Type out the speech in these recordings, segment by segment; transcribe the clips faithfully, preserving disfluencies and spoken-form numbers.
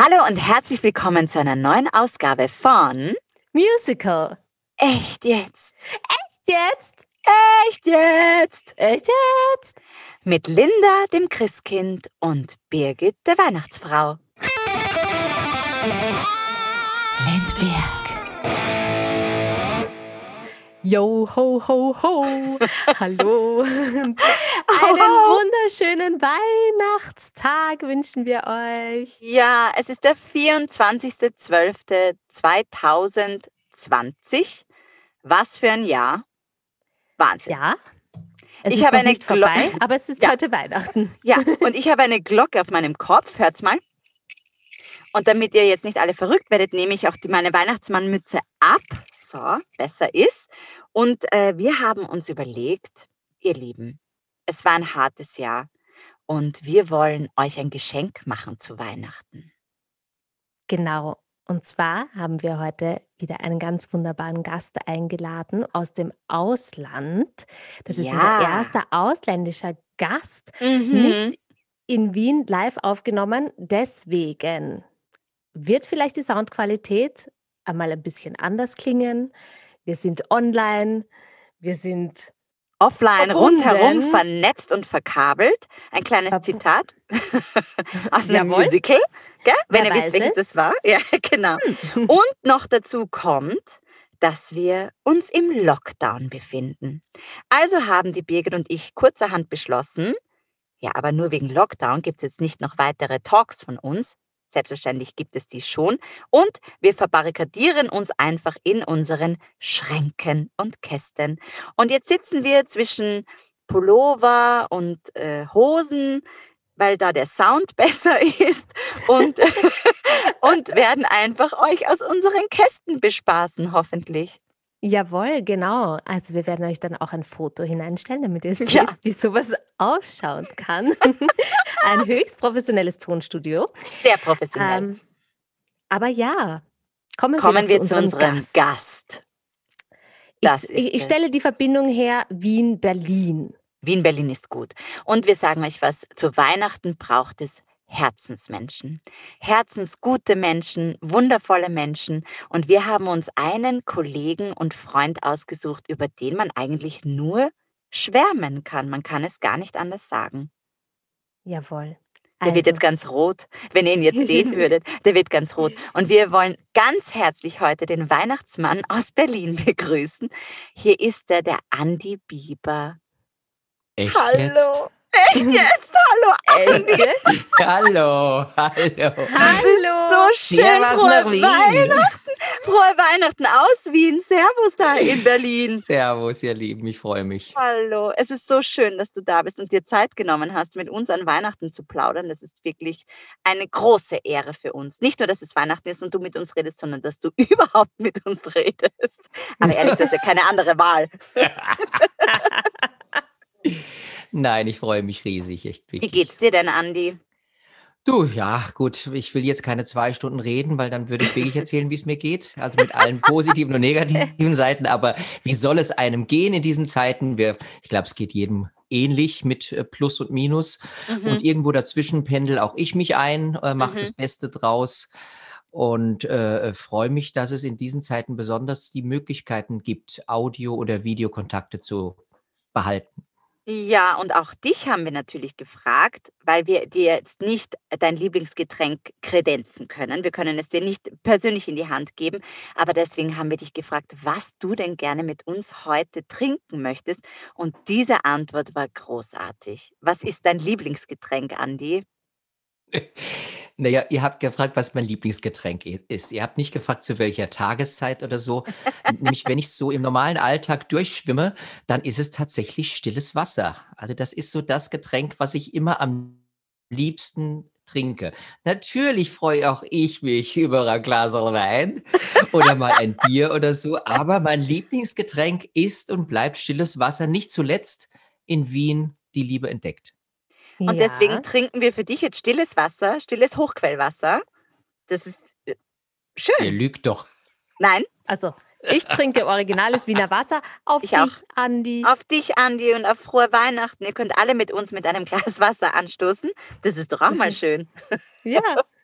Hallo und herzlich willkommen zu einer neuen Ausgabe von Musical. Echt jetzt? Jetzt? Echt jetzt? Echt jetzt? Mit Linda, dem Christkind, und Birgit, der Weihnachtsfrau. Lindberg. Yo, ho, ho, ho. Hallo. Einen wunderschönen Weihnachtstag wünschen wir euch. Ja, es ist der vierundzwanzigster zwölfter zweitausendzwanzig. Was für ein Jahr. Wahnsinn. Ja, es Ich ist habe noch eine nicht Glo- vorbei, aber es ist Ja. heute Weihnachten. Ja, und ich habe eine Glocke auf meinem Kopf. Hört's mal. Und damit ihr jetzt nicht alle verrückt werdet, nehme ich auch die, meine Weihnachtsmannmütze ab. So, besser ist. Und äh, wir haben uns überlegt, ihr Lieben, es war ein hartes Jahr und wir wollen euch ein Geschenk machen zu Weihnachten. Genau. Und zwar haben wir heute wieder einen ganz wunderbaren Gast eingeladen aus dem Ausland. Das ist Ja. unser erster ausländischer Gast. Mhm. Nicht in Wien live aufgenommen. Deswegen wird vielleicht die Soundqualität einmal ein bisschen anders klingen. Wir sind online, wir sind Offline, Verbunden. rundherum, vernetzt und verkabelt. Ein kleines Verbu- Zitat aus einem Jawohl. Musical, gell? Wenn Wer ihr wisst, weiß welches es? das war. Ja, genau. Und noch dazu kommt, dass wir uns im Lockdown befinden. Also haben die Birgit und ich kurzerhand beschlossen, ja, aber nur wegen Lockdown gibt es jetzt nicht noch weitere Talks von uns. Selbstverständlich gibt es die schon. Und wir verbarrikadieren uns einfach in unseren Schränken und Kästen. Und jetzt sitzen wir zwischen Pullover und äh, Hosen, weil da der Sound besser ist, und, und werden einfach euch aus unseren Kästen bespaßen, hoffentlich. Jawohl, genau. Also wir werden euch dann auch ein Foto hineinstellen, damit ihr seht, Ja. wie sowas ausschauen kann. Ein höchst professionelles Tonstudio. Sehr professionell. Ähm, aber ja, kommen, Kommen wir, doch wir zu zu unserem unserem Gast. Gast. Ich, Das ist ich, ich es. stelle die Verbindung her Wien-Berlin. Wien-Berlin ist gut. Und wir sagen euch was, zu Weihnachten braucht es Herzensmenschen. Herzensgute Menschen, wundervolle Menschen. Und wir haben uns einen Kollegen und Freund ausgesucht, über den man eigentlich nur schwärmen kann. Man kann es gar nicht anders sagen. Jawohl. Der wird jetzt ganz rot, wenn ihr ihn jetzt sehen würdet. Der wird ganz rot. Und wir wollen ganz herzlich heute den Weihnachtsmann aus Berlin begrüßen. Hier ist er, der Andi Bieber. Echt Hallo. jetzt? Echt jetzt? Hallo, Andi. Echt? Hallo, hallo. Hallo. So schön. Servus Frohe nach Wien. Weihnachten. Frohe Weihnachten aus Wien. Servus da in Berlin. Servus, ihr Lieben, ich freue mich. Hallo. Es ist so schön, dass du da bist und dir Zeit genommen hast, mit uns an Weihnachten zu plaudern. Das ist wirklich eine große Ehre für uns. Nicht nur, dass es Weihnachten ist und du mit uns redest, sondern dass du überhaupt mit uns redest. Aber ehrlich, du hast ja keine andere Wahl. Nein, ich freue mich riesig, echt Wie wirklich. geht's dir denn, Andi? Du, ja, gut, ich will jetzt keine zwei Stunden reden, weil dann würde ich wirklich erzählen, wie es mir geht. Also mit allen positiven und negativen Seiten. Aber wie soll es einem gehen in diesen Zeiten? Wir, ich glaube, es geht jedem ähnlich mit äh, Plus und Minus. Mhm. Und irgendwo dazwischen pendel auch ich mich ein, äh, mache Mhm. das Beste draus. Und äh, freue mich, dass es in diesen Zeiten besonders die Möglichkeiten gibt, Audio- oder Videokontakte zu behalten. Ja, und auch dich haben wir natürlich gefragt, weil wir dir jetzt nicht dein Lieblingsgetränk kredenzen können. Wir können es dir nicht persönlich in die Hand geben, aber deswegen haben wir dich gefragt, was du denn gerne mit uns heute trinken möchtest. Und diese Antwort war großartig. Was ist dein Lieblingsgetränk, Andi? Naja, ihr habt gefragt, was mein Lieblingsgetränk i- ist. Ihr habt nicht gefragt, zu welcher Tageszeit oder so. Nämlich, wenn ich so im normalen Alltag durchschwimme, dann ist es tatsächlich stilles Wasser. Also das ist so das Getränk, was ich immer am liebsten trinke. Natürlich freue auch ich mich über ein Glas Wein oder mal ein Bier oder so, aber mein Lieblingsgetränk ist und bleibt stilles Wasser, nicht zuletzt in Wien die Liebe entdeckt. Und Ja. deswegen trinken wir für dich jetzt stilles Wasser, stilles Hochquellwasser. Das ist äh, Ihr schön. lügt doch. Nein, Also, ich trinke originales Wiener Wasser. Auf Ich dich, auch. Andi. auf dich, Andi, und auf frohe Weihnachten. Ihr könnt alle mit uns mit einem Glas Wasser anstoßen. Das ist doch auch mal schön. Ja.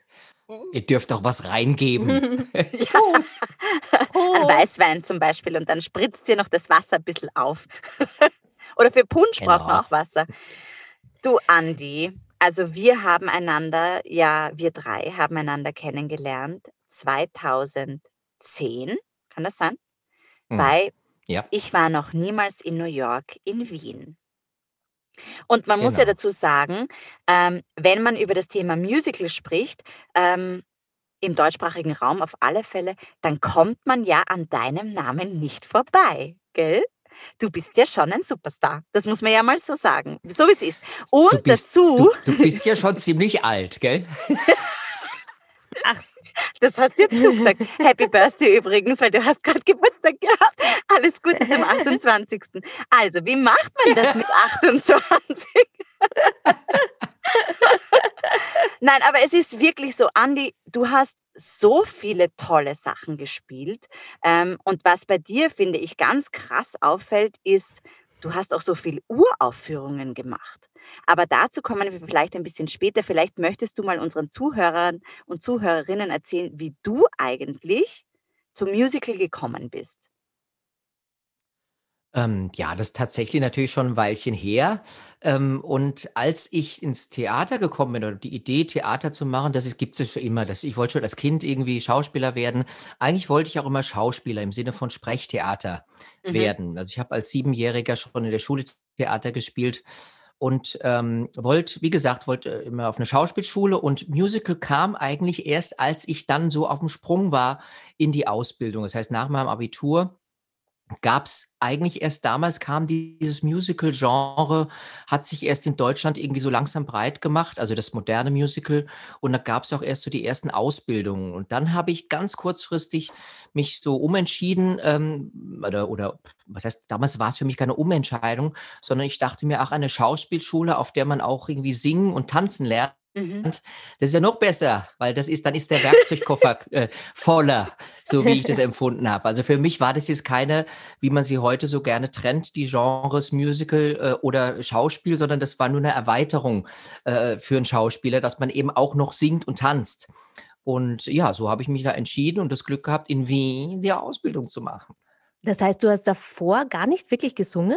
Ihr dürft doch was reingeben. Prost. Ein Prost. Weißwein zum Beispiel und dann spritzt ihr noch das Wasser ein bisschen auf. Oder für Punsch braucht man Genau. auch Wasser. Du, Andi, also wir haben einander, ja, wir drei haben einander kennengelernt zweitausendzehn, kann das sein? Hm. Bei Ja, Ich war noch niemals in New York, in Wien. Und man muss ja genau. dazu sagen, ähm, wenn man über das Thema Musical spricht, ähm, im deutschsprachigen Raum auf alle Fälle, dann kommt man ja an deinem Namen nicht vorbei, gell? Du bist ja schon ein Superstar. Das muss man ja mal so sagen, so wie es ist. Und Du bist, dazu, du, du bist ja schon ziemlich alt, gell? Ach, das hast jetzt du gesagt. Happy Birthday übrigens, weil du hast gerade Geburtstag gehabt. Alles Gute zum achtundzwanzigsten Also, wie macht man das mit achtundzwanzig? Nein, aber es ist wirklich so, Andi, du hast so viele tolle Sachen gespielt. Ähm, und was bei dir, finde ich, ganz krass auffällt, ist, du hast auch so viel Uraufführungen gemacht. Aber dazu kommen wir vielleicht ein bisschen später. Vielleicht möchtest du mal unseren Zuhörern und Zuhörerinnen erzählen, wie du eigentlich zum Musical gekommen bist. Ähm, ja, das ist tatsächlich natürlich schon ein Weilchen her. Ähm, und als ich ins Theater gekommen bin oder die Idee, Theater zu machen, das ist gibt's ja schon immer. Das ich wollte schon als Kind irgendwie Schauspieler werden. Eigentlich wollte ich auch immer Schauspieler im Sinne von Sprechtheater Mhm. werden. Also, ich habe als Siebenjähriger schon in der Schule Theater gespielt und, ähm, wollte wie gesagt, wollte immer auf eine Schauspielschule und Musical kam eigentlich erst, als ich dann so auf dem Sprung war in die Ausbildung. Das heißt, nach meinem Abitur gab's eigentlich erst damals kam dieses Musical-Genre, hat sich erst in Deutschland irgendwie so langsam breit gemacht, also das moderne Musical. Und da gab's auch erst so die ersten Ausbildungen. Und dann habe ich ganz kurzfristig mich so umentschieden, ähm, oder oder was heißt, damals war es für mich keine Umentscheidung, sondern ich dachte mir: „Ach, eine Schauspielschule, auf der man auch irgendwie singen und tanzen lernt, Mhm. das ist ja noch besser, weil das ist dann ist der Werkzeugkoffer, äh, voller“, so wie ich das empfunden habe. Also, für mich war das jetzt keine, wie man sie heute so gerne trennt, die Genres Musical, äh, oder Schauspiel, sondern das war nur eine Erweiterung, äh, für einen Schauspieler, dass man eben auch noch singt und tanzt. Und ja, so habe ich mich da entschieden und das Glück gehabt, in Wien die Ausbildung zu machen. das heißt, du hast davor gar nicht wirklich gesungen?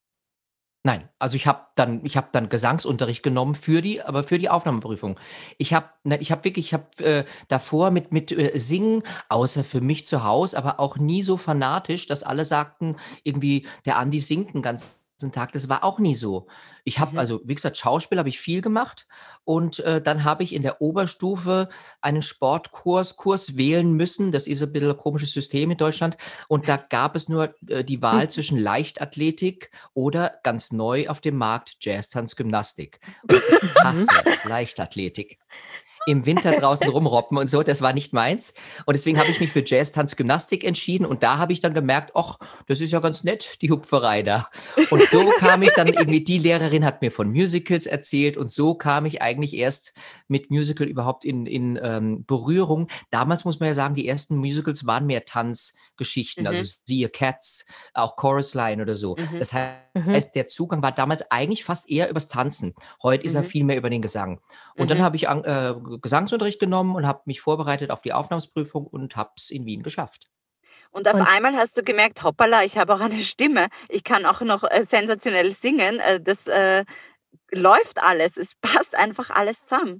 Nein, also ich habe dann ich habe dann Gesangsunterricht genommen für die aber für die Aufnahmeprüfung. Ich habe ne, ich habe wirklich ich habe, äh, davor mit mit, äh, Singen, außer für mich zu Hause, aber auch nie so fanatisch, dass alle sagten irgendwie: „Der Andi singt 'n ganzen Tag.“ Das war auch nie so. Ich habe Mhm. also, wie gesagt, Schauspiel habe ich viel gemacht und, äh, dann habe ich in der Oberstufe einen Sportkurs Kurs wählen müssen. Das ist ein bisschen ein komisches System in Deutschland und da gab es nur, äh, die Wahl zwischen Leichtathletik oder ganz neu auf dem Markt Jazztanzgymnastik. Und ich Mhm. hasse Leichtathletik. Im Winter draußen rumroppen und so, das war nicht meins. Und deswegen habe ich mich für Jazz-Tanz-Gymnastik entschieden und da habe ich dann gemerkt: „Ach, das ist ja ganz nett, die Hupferei da.“ Und so kam ich dann irgendwie die Lehrerin hat mir von Musicals erzählt und so kam ich eigentlich erst mit Musical überhaupt in in, ähm, Berührung. Damals muss man ja sagen, die ersten Musicals waren mehr Tanzgeschichten, also Mhm. siehe Cats, auch Chorus Line oder so. Mhm. Das Mhm. heißt, der Zugang war damals eigentlich fast eher übers Tanzen. Heute ist er Mhm. viel mehr über den Gesang. Und dann Mhm. habe ich an äh, Gesangsunterricht genommen und habe mich vorbereitet auf die Aufnahmeprüfung und habe es in Wien geschafft. Und auf Und einmal hast du gemerkt: „Hoppala, ich habe auch eine Stimme. Ich kann auch noch, äh, sensationell singen. Äh, das, äh, läuft alles. Es passt einfach alles zusammen.“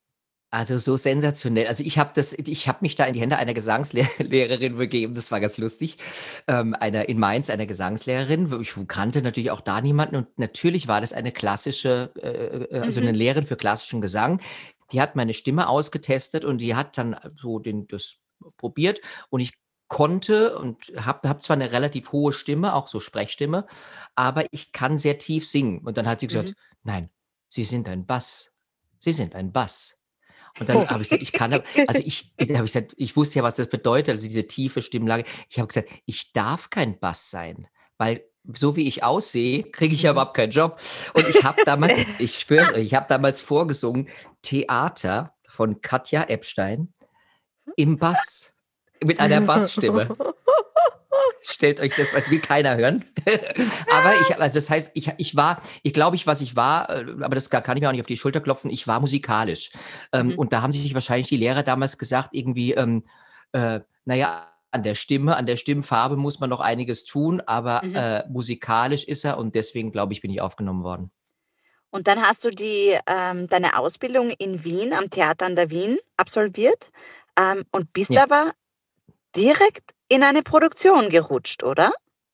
Also, so sensationell. Also, ich habe das ich habe mich da in die Hände einer Gesangslehrerin begeben. Das war ganz lustig. Ähm, einer in Mainz, einer Gesangslehrerin. Wo ich kannte natürlich auch da niemanden und natürlich war das eine klassische, äh, äh, also Mhm. eine Lehrerin für klassischen Gesang. Die hat meine Stimme ausgetestet und die hat dann so den das probiert und ich konnte und habe habe zwar eine relativ hohe Stimme, auch so Sprechstimme, aber ich kann sehr tief singen. Und dann hat sie Mhm. gesagt: „Nein, Sie sind ein Bass. Sie sind ein Bass.“ Und dann oh, habe ich gesagt: „Ich kann aber“, also, ich dann habe ich gesagt, ich wusste ja, was das bedeutet, also, diese tiefe Stimmlage. Ich habe gesagt: „Ich darf kein Bass sein, weil so wie ich aussehe, kriege ich ja mhm. überhaupt keinen Job.“ Und ich habe damals ich schwöre es euch, ich habe damals vorgesungen Theater von Katja Epstein im Bass, mit einer Bassstimme. Stellt euch das, das will keiner hören. Aber ich, also das heißt, ich, ich war, ich glaube, ich, was ich war, äh, aber das kann ich mir auch nicht auf die Schulter klopfen, ich war musikalisch. Ähm, Mhm. und da haben sich wahrscheinlich die Lehrer damals gesagt, irgendwie, ähm, äh, naja, an der Stimme, an der Stimmfarbe muss man noch einiges tun, aber Mhm. äh, musikalisch ist er und deswegen, glaube ich, bin ich aufgenommen worden. Und dann hast du die, ähm, deine Ausbildung in Wien, am Theater an der Wien absolviert, ähm, und bist Ja. aber direkt in eine Produktion gerutscht, oder?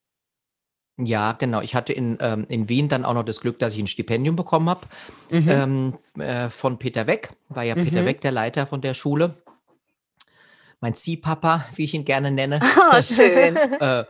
Ja, genau. Ich hatte in, ähm, in Wien dann auch noch das Glück, dass ich ein Stipendium bekommen habe Mhm. ähm, äh, von Peter Weck. War ja Peter Mhm. Weck der Leiter von der Schule. Mein Ziehpapa, wie ich ihn gerne nenne. Oh, schön. äh,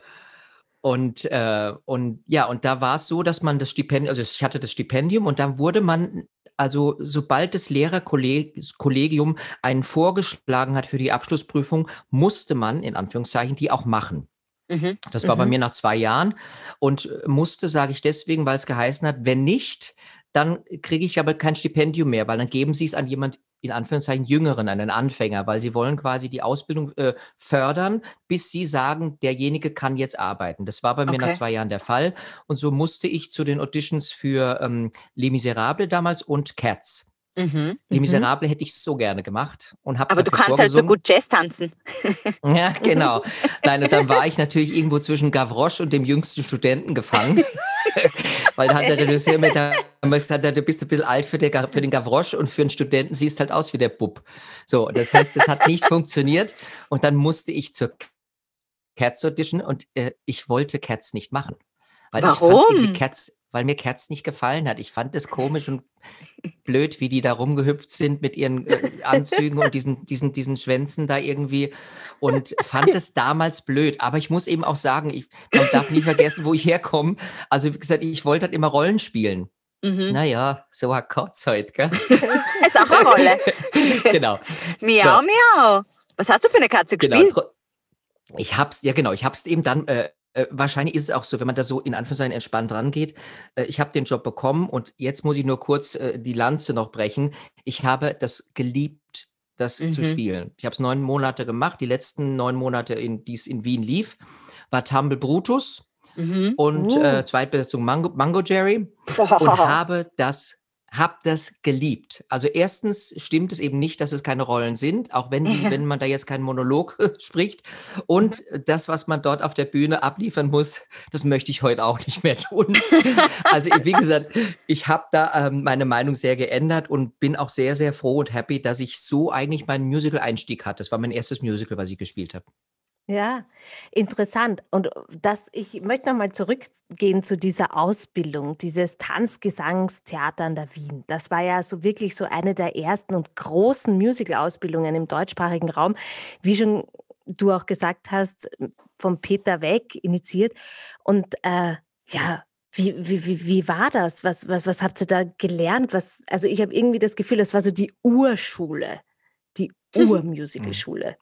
und, äh, und ja, und da war es so, dass man das Stipendium, also ich hatte das Stipendium und dann wurde man, also sobald das Lehrerkollegium einen vorgeschlagen hat für die Abschlussprüfung, musste man in Anführungszeichen die auch machen. Mhm. Das war bei Mhm. mir nach zwei Jahren und äh, musste, sage ich deswegen, weil es geheißen hat, wenn nicht, dann kriege ich aber kein Stipendium mehr, weil dann geben sie es an jemand, in Anführungszeichen Jüngeren, an einen Anfänger, weil sie wollen quasi die Ausbildung äh, fördern, bis sie sagen, derjenige kann jetzt arbeiten. Das war bei mir nach Okay. zwei Jahren der Fall und so musste ich zu den Auditions für ähm, Les Miserables damals und Cats. Mhm. Les Mhm. Miserables hätte ich so gerne gemacht und habe Aber du dafür kannst halt so vorgesungen. gut Jazz tanzen. Ja, genau. Nein, und dann war ich natürlich irgendwo zwischen Gavroche und dem jüngsten Studenten gefangen, weil da hat der Regisseur mir damals gesagt, du bist ein bisschen alt für, der, für den Gavroche und für einen Studenten siehst halt aus wie der Bub. So, das heißt, das hat nicht funktioniert und dann musste ich zur Cats Audition und äh, ich wollte Cats nicht machen, weil ich fand irgendwie Warum? Cats, weil mir Cats nicht gefallen hat. Ich fand es komisch und blöd, wie die da rumgehüpft sind mit ihren äh, Anzügen und diesen, diesen, diesen Schwänzen da irgendwie und fand es damals blöd. Aber ich muss eben auch sagen, ich, man darf nie vergessen, wo ich herkomme. Also wie gesagt, ich wollte halt immer Rollen spielen. Mhm. Naja, so ein Kotz heute, gell? Ist auch eine Rolle. Genau. Miau, So, miau. Was hast du für eine Katze genau. gespielt? Tro- Ich hab's, ja genau, ich hab's eben dann, äh, äh, wahrscheinlich ist es auch so, wenn man da so in Anführungszeichen entspannt rangeht. Äh, ich habe den Job bekommen und jetzt muss ich nur kurz äh, die Lanze noch brechen. Ich habe das geliebt, das zu Mhm. spielen. Ich habe es neun Monate gemacht. Die letzten neun Monate, in, die es in Wien lief, war Tumble Brutus Mhm. und Uh. äh, Zweitbesetzung Mango, Mango Jerry und Boah. habe das hab das geliebt. Also erstens stimmt es eben nicht, dass es keine Rollen sind, auch wenn die, wenn man da jetzt keinen Monolog spricht. Und das, was man dort auf der Bühne abliefern muss, das möchte ich heute auch nicht mehr tun. Also wie gesagt, ich habe da ähm, meine Meinung sehr geändert und bin auch sehr, sehr froh und happy, dass ich so eigentlich meinen Musical-Einstieg hatte. Das war mein erstes Musical, was ich gespielt habe. Ja, interessant. Und das, ich möchte nochmal zurückgehen zu dieser Ausbildung, dieses Tanzgesangstheater an der Wien. Das war ja so wirklich so eine der ersten und großen Musical-Ausbildungen im deutschsprachigen Raum, wie schon du auch gesagt hast, von Peter Weck initiiert. Und äh, ja, wie, wie, wie, wie war das? Was, was, was habt ihr da gelernt? Was, also ich habe irgendwie das Gefühl, das war so die Urschule, die Mhm. Urmusicalschule.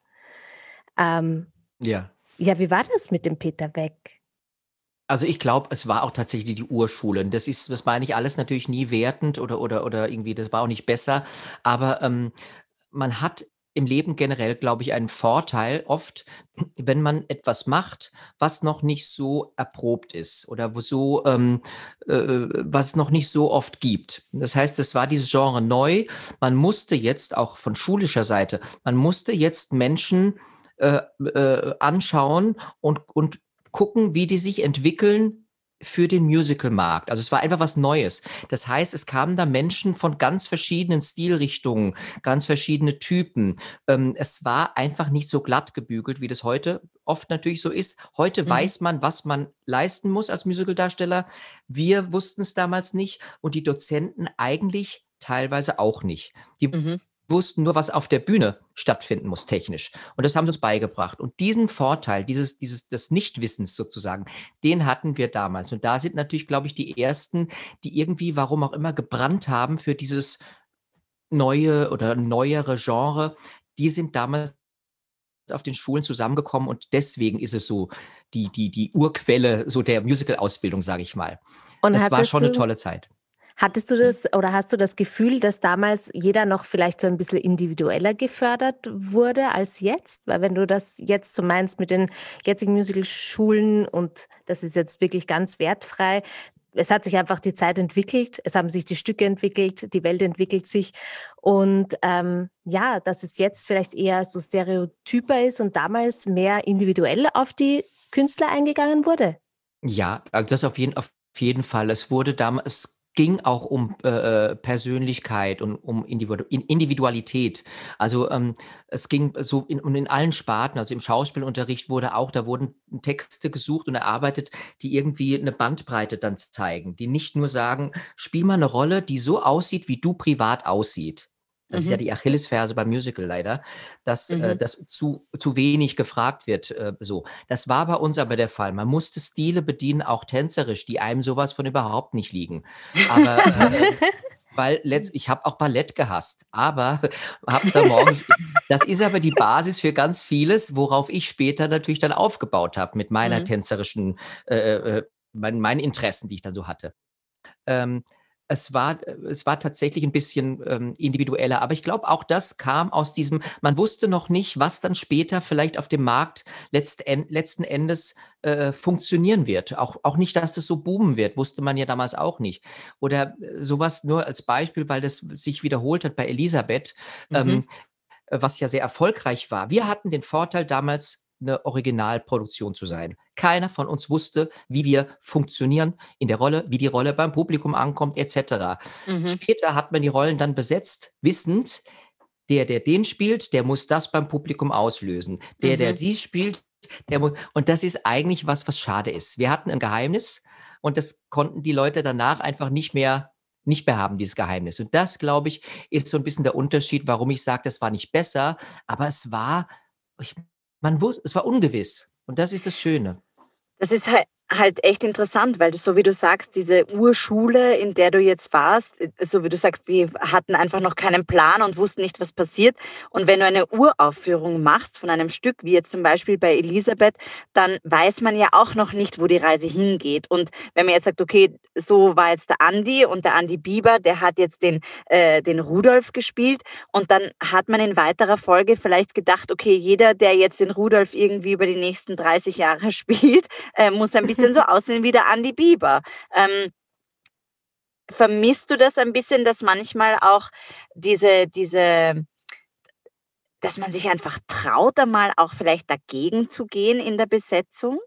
Ähm, Ja. ja, wie war das mit dem Peter Weck? Also ich glaube, es war auch tatsächlich die Urschule. Und Das ist, das meine ich alles natürlich nie wertend oder, oder, oder irgendwie, das war auch nicht besser. Aber ähm, man hat im Leben generell, glaube ich, einen Vorteil oft, wenn man etwas macht, was noch nicht so erprobt ist oder wo so, ähm, äh, was es noch nicht so oft gibt. Das heißt, es war dieses Genre neu. Man musste jetzt auch von schulischer Seite, man musste jetzt Menschen äh, äh, anschauen und, und gucken, wie die sich entwickeln für den Musicalmarkt. Also es war einfach was Neues. Das heißt, es kamen da Menschen von ganz verschiedenen Stilrichtungen, ganz verschiedene Typen. Ähm, es war einfach nicht so glatt gebügelt, wie das heute oft natürlich so ist. Heute Mhm. weiß man, was man leisten muss als Musicaldarsteller. Wir wussten es damals nicht und die Dozenten eigentlich teilweise auch nicht. Die Mhm. wussten nur, was auf der Bühne stattfinden muss, technisch. Und das haben sie uns beigebracht. Und diesen Vorteil, dieses, dieses, des Nichtwissens sozusagen, den hatten wir damals. Und da sind natürlich, glaube ich, die ersten, die irgendwie, warum auch immer, gebrannt haben für dieses neue oder neuere Genre. Die sind damals auf den Schulen zusammengekommen und deswegen ist es so die, die, die Urquelle so der Musical-Ausbildung, sage ich mal. Und Das war hattest schon eine du, tolle Zeit. Hattest du das oder hast du das Gefühl, dass damals jeder noch vielleicht so ein bisschen individueller gefördert wurde als jetzt? Weil wenn du das jetzt so meinst mit den jetzigen Musicalschulen und das ist jetzt wirklich ganz wertfrei, es hat sich einfach die Zeit entwickelt, es haben sich die Stücke entwickelt, die Welt entwickelt sich und ähm, ja, dass es jetzt vielleicht eher so stereotyper ist und damals mehr individuell auf die Künstler eingegangen wurde. Ja, also das auf jeden, auf jeden Fall. Es wurde damals, es ging auch um äh, Persönlichkeit und um Individu in Individualität. Also ähm, es ging so in, und in allen Sparten, also im Schauspielunterricht wurde auch, da wurden Texte gesucht und erarbeitet, die irgendwie eine Bandbreite dann zeigen, die nicht nur sagen, spiel mal eine Rolle, die so aussieht, wie du privat aussieht. Das ist ja Mhm. die Achillesferse beim Musical leider, dass äh, Mhm. das zu, zu wenig gefragt wird. Äh, so. Das war bei uns aber der Fall. Man musste Stile bedienen, auch tänzerisch, die einem sowas von überhaupt nicht liegen. Aber äh, weil letzt, ich habe auch Ballett gehasst, aber habe da morgens, das ist aber die Basis für ganz vieles, worauf ich später natürlich dann aufgebaut habe mit meiner Mhm. tänzerischen, äh, äh, meinen, meinen Interessen, die ich dann so hatte. Ähm, es war äh, es war tatsächlich ein bisschen, ähm, individueller, aber ich glaube, auch das kam aus diesem, man wusste noch nicht, was dann später vielleicht auf dem Markt letzt en letzten Endes, äh, funktionieren wird. Auch auch nicht, dass das so boomen wird, wusste man ja damals auch nicht. Oder, äh, so nur als Beispiel, weil das sich wiederholt hat bei Elisabeth, Mhm. ähm, äh, was ja sehr erfolgreich war. Wir hatten den Vorteil damals, eine Originalproduktion zu sein. Keiner von uns wusste, wie wir funktionieren in der Rolle, wie die Rolle beim Publikum ankommt, et cetera. Mhm. Später hat man die Rollen dann besetzt, wissend, der, der den spielt, der muss das beim Publikum auslösen. Der, der Mhm. dies spielt, der muss. Und das ist eigentlich was, was schade ist. Wir hatten ein Geheimnis und das konnten die Leute danach einfach nicht mehr nicht mehr haben, dieses Geheimnis. Und das, glaube ich, ist so ein bisschen der Unterschied, warum ich sage, das war nicht besser, aber es war, ich, man wusste, es war ungewiss. Und das ist das Schöne. Das ist hal halt echt interessant, weil das, so wie du sagst, diese Urschule, in der du jetzt warst, äh, so wie du sagst, die hatten einfach noch keinen Plan und wussten nicht, was passiert. Und wenn du eine Uraufführung machst von einem Stück, wie jetzt zum Beispiel bei Elisabeth, dann weiß man ja auch noch nicht, wo die Reise hingeht. Und wenn man jetzt sagt, okay, so war jetzt der Andi und der Andi Bieber, der hat jetzt den, äh, den Rudolf gespielt und dann hat man in weiterer Folge vielleicht gedacht, okay, jeder, der jetzt den Rudolf irgendwie über die nächsten dreißig Jahre spielt, äh, muss ein bisschen so aussehen wie der Andi Bieber. Ähm, vermisst du das ein bisschen, dass manchmal auch diese diese dass man sich einfach traut, einmal auch vielleicht dagegen zu gehen in der Besetzung?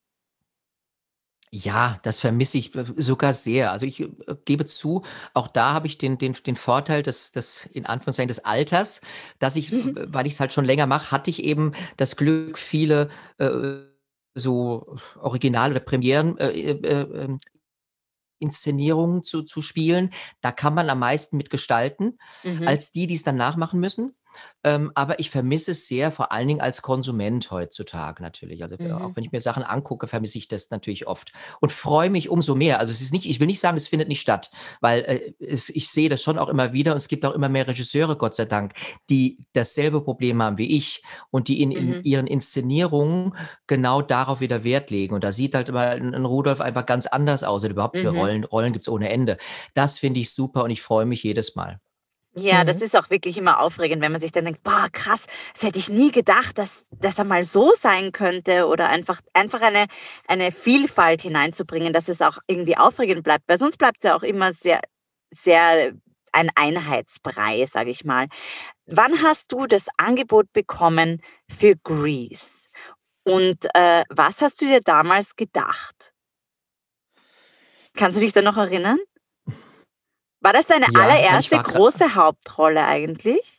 Ja, das vermisse ich äh, sogar sehr. Also ich äh, gebe zu, auch da habe ich den, den, den Vorteil des, des, in Anführungszeichen, des Alters, dass ich, Mhm. w- weil ich es halt schon länger mache, hatte ich eben das Glück, viele äh, so Original- oder Premieren äh, äh, ähm, Inszenierungen zu zu spielen. Da kann man am meisten mitgestalten, Mhm. als die, die es dann nachmachen müssen. Ähm, aber ich vermisse es sehr, vor allen Dingen als Konsument heutzutage natürlich. Also, äh, auch Mhm. wenn ich mir Sachen angucke, vermisse ich das natürlich oft und freue mich umso mehr. Also, es ist nicht, ich will nicht sagen, es findet nicht statt, weil, äh, es ich sehe das schon auch immer wieder und es gibt auch immer mehr Regisseure, Gott sei Dank, die dasselbe Problem haben wie ich und die in in Mhm. ihren Inszenierungen genau darauf wieder Wert legen. Und da sieht halt immer 'n 'n Rudolf einfach ganz anders aus oder überhaupt Mhm. Rollen Rollen gibt's ohne Ende. Das finde ich super und ich freue mich jedes Mal. Ja, das Mhm. ist auch wirklich immer aufregend, wenn man sich dann denkt: „Boah, krass, das hätte ich nie gedacht, dass dass er mal so sein könnte“, oder einfach einfach eine eine Vielfalt hineinzubringen, dass es auch irgendwie aufregend bleibt, weil sonst bleibt es ja auch immer sehr sehr ein Einheitsbrei, sage ich mal. Wann hast du das Angebot bekommen für Grease und, äh, was hast du dir damals gedacht? Kannst du dich da noch erinnern? War das deine Ja, weil ich allererste war gra große Hauptrolle eigentlich?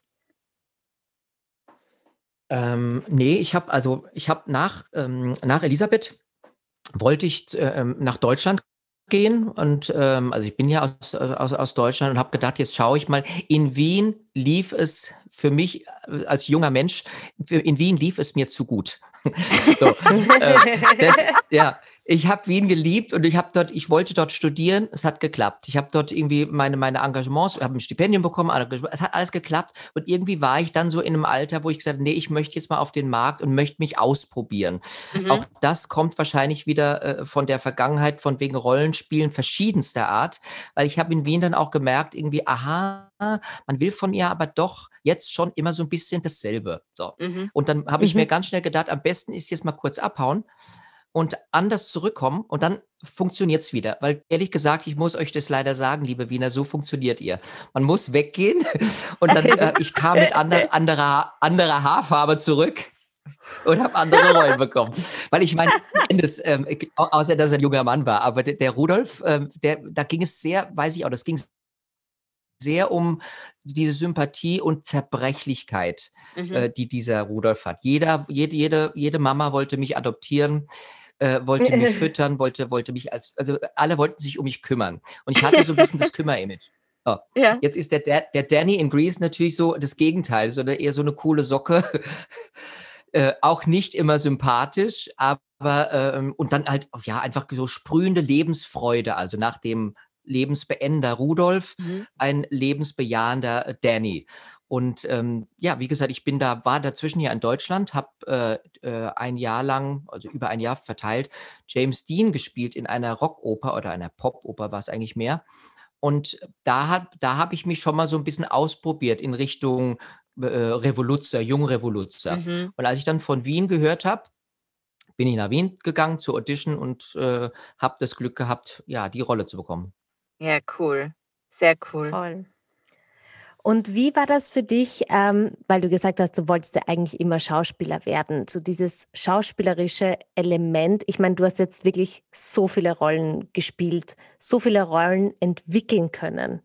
ähm, ne, ich habe also ich habe nach ähm, nach Elisabeth wollte ich z äh, ähm, nach Deutschland gehen und, ähm also, ich bin ja aus äh, aus aus Deutschland und habe gedacht: „Jetzt schaue ich mal.“ In Wien lief es für mich, äh, als junger Mensch, für in Wien lief es mir zu gut. So, ähm, das ja. Ich habe Wien geliebt und ich habe dort, ich wollte dort studieren. Es hat geklappt. Ich habe dort irgendwie meine meine Engagements, habe ein Stipendium bekommen. Engagement- Es hat alles geklappt und irgendwie war ich dann so in einem Alter, wo ich gesagt habe, nee, ich möchte jetzt mal auf den Markt und möchte mich ausprobieren. Mhm. Auch das kommt wahrscheinlich wieder äh, von der Vergangenheit, von wegen Rollenspielen verschiedenster Art, weil ich habe in Wien dann auch gemerkt, irgendwie, aha, man will von mir aber doch jetzt schon immer so ein bisschen dasselbe. So. Mhm. Und dann habe ich mir Mhm. ganz schnell gedacht, am besten ist jetzt mal kurz abhauen und anders zurückkommen und dann funktioniert's wieder. Weil ehrlich gesagt, ich muss euch das leider sagen, liebe Wiener, so funktioniert ihr. Man muss weggehen und dann, äh, ich kam mit ander, anderer, anderer Haarfarbe zurück und habe andere Rollen bekommen. Weil ich meine, letzten Endes, ähm, ich- au- außer dass er ein junger Mann war, aber der, der Rudolf, ähm, der, da ging es sehr, weiß ich auch, das ging sehr um diese Sympathie und Zerbrechlichkeit, Mhm. äh, die dieser Rudolf hat. Jeder, jede, jede, jede Mama wollte mich adoptieren, äh, wollte mich füttern, wollte, wollte mich als, also alle wollten sich um mich kümmern. Und ich hatte so ein bisschen das Kümmer-Image. Oh. Ja. Jetzt ist der, der, der Danny in Grease natürlich so das Gegenteil, so eine, eher so eine coole Socke. Äh, auch nicht immer sympathisch, aber ähm, und dann halt, ja, einfach so sprühende Lebensfreude, also nach dem Lebensbeender Rudolf, Mhm. ein lebensbejahender äh, Danny. Und ähm, ja, wie gesagt, ich bin da, war dazwischen hier in Deutschland, habe äh, äh, ein Jahr lang, also über ein Jahr verteilt, James Dean gespielt in einer Rockoper oder einer Popoper war es eigentlich mehr. Und da hab, da habe ich mich schon mal so ein bisschen ausprobiert in Richtung äh, Revoluzzer, Jungrevoluzzer. Mhm. Und als ich dann von Wien gehört habe, bin ich nach Wien gegangen zur Audition und äh, habe das Glück gehabt, ja, die Rolle zu bekommen. Ja, cool. Sehr cool. Toll. Und wie war das für dich, ähm, weil du gesagt hast, du wolltest ja eigentlich immer Schauspieler werden, so dieses schauspielerische Element. Ich meine, du hast jetzt wirklich so viele Rollen gespielt, so viele Rollen entwickeln können.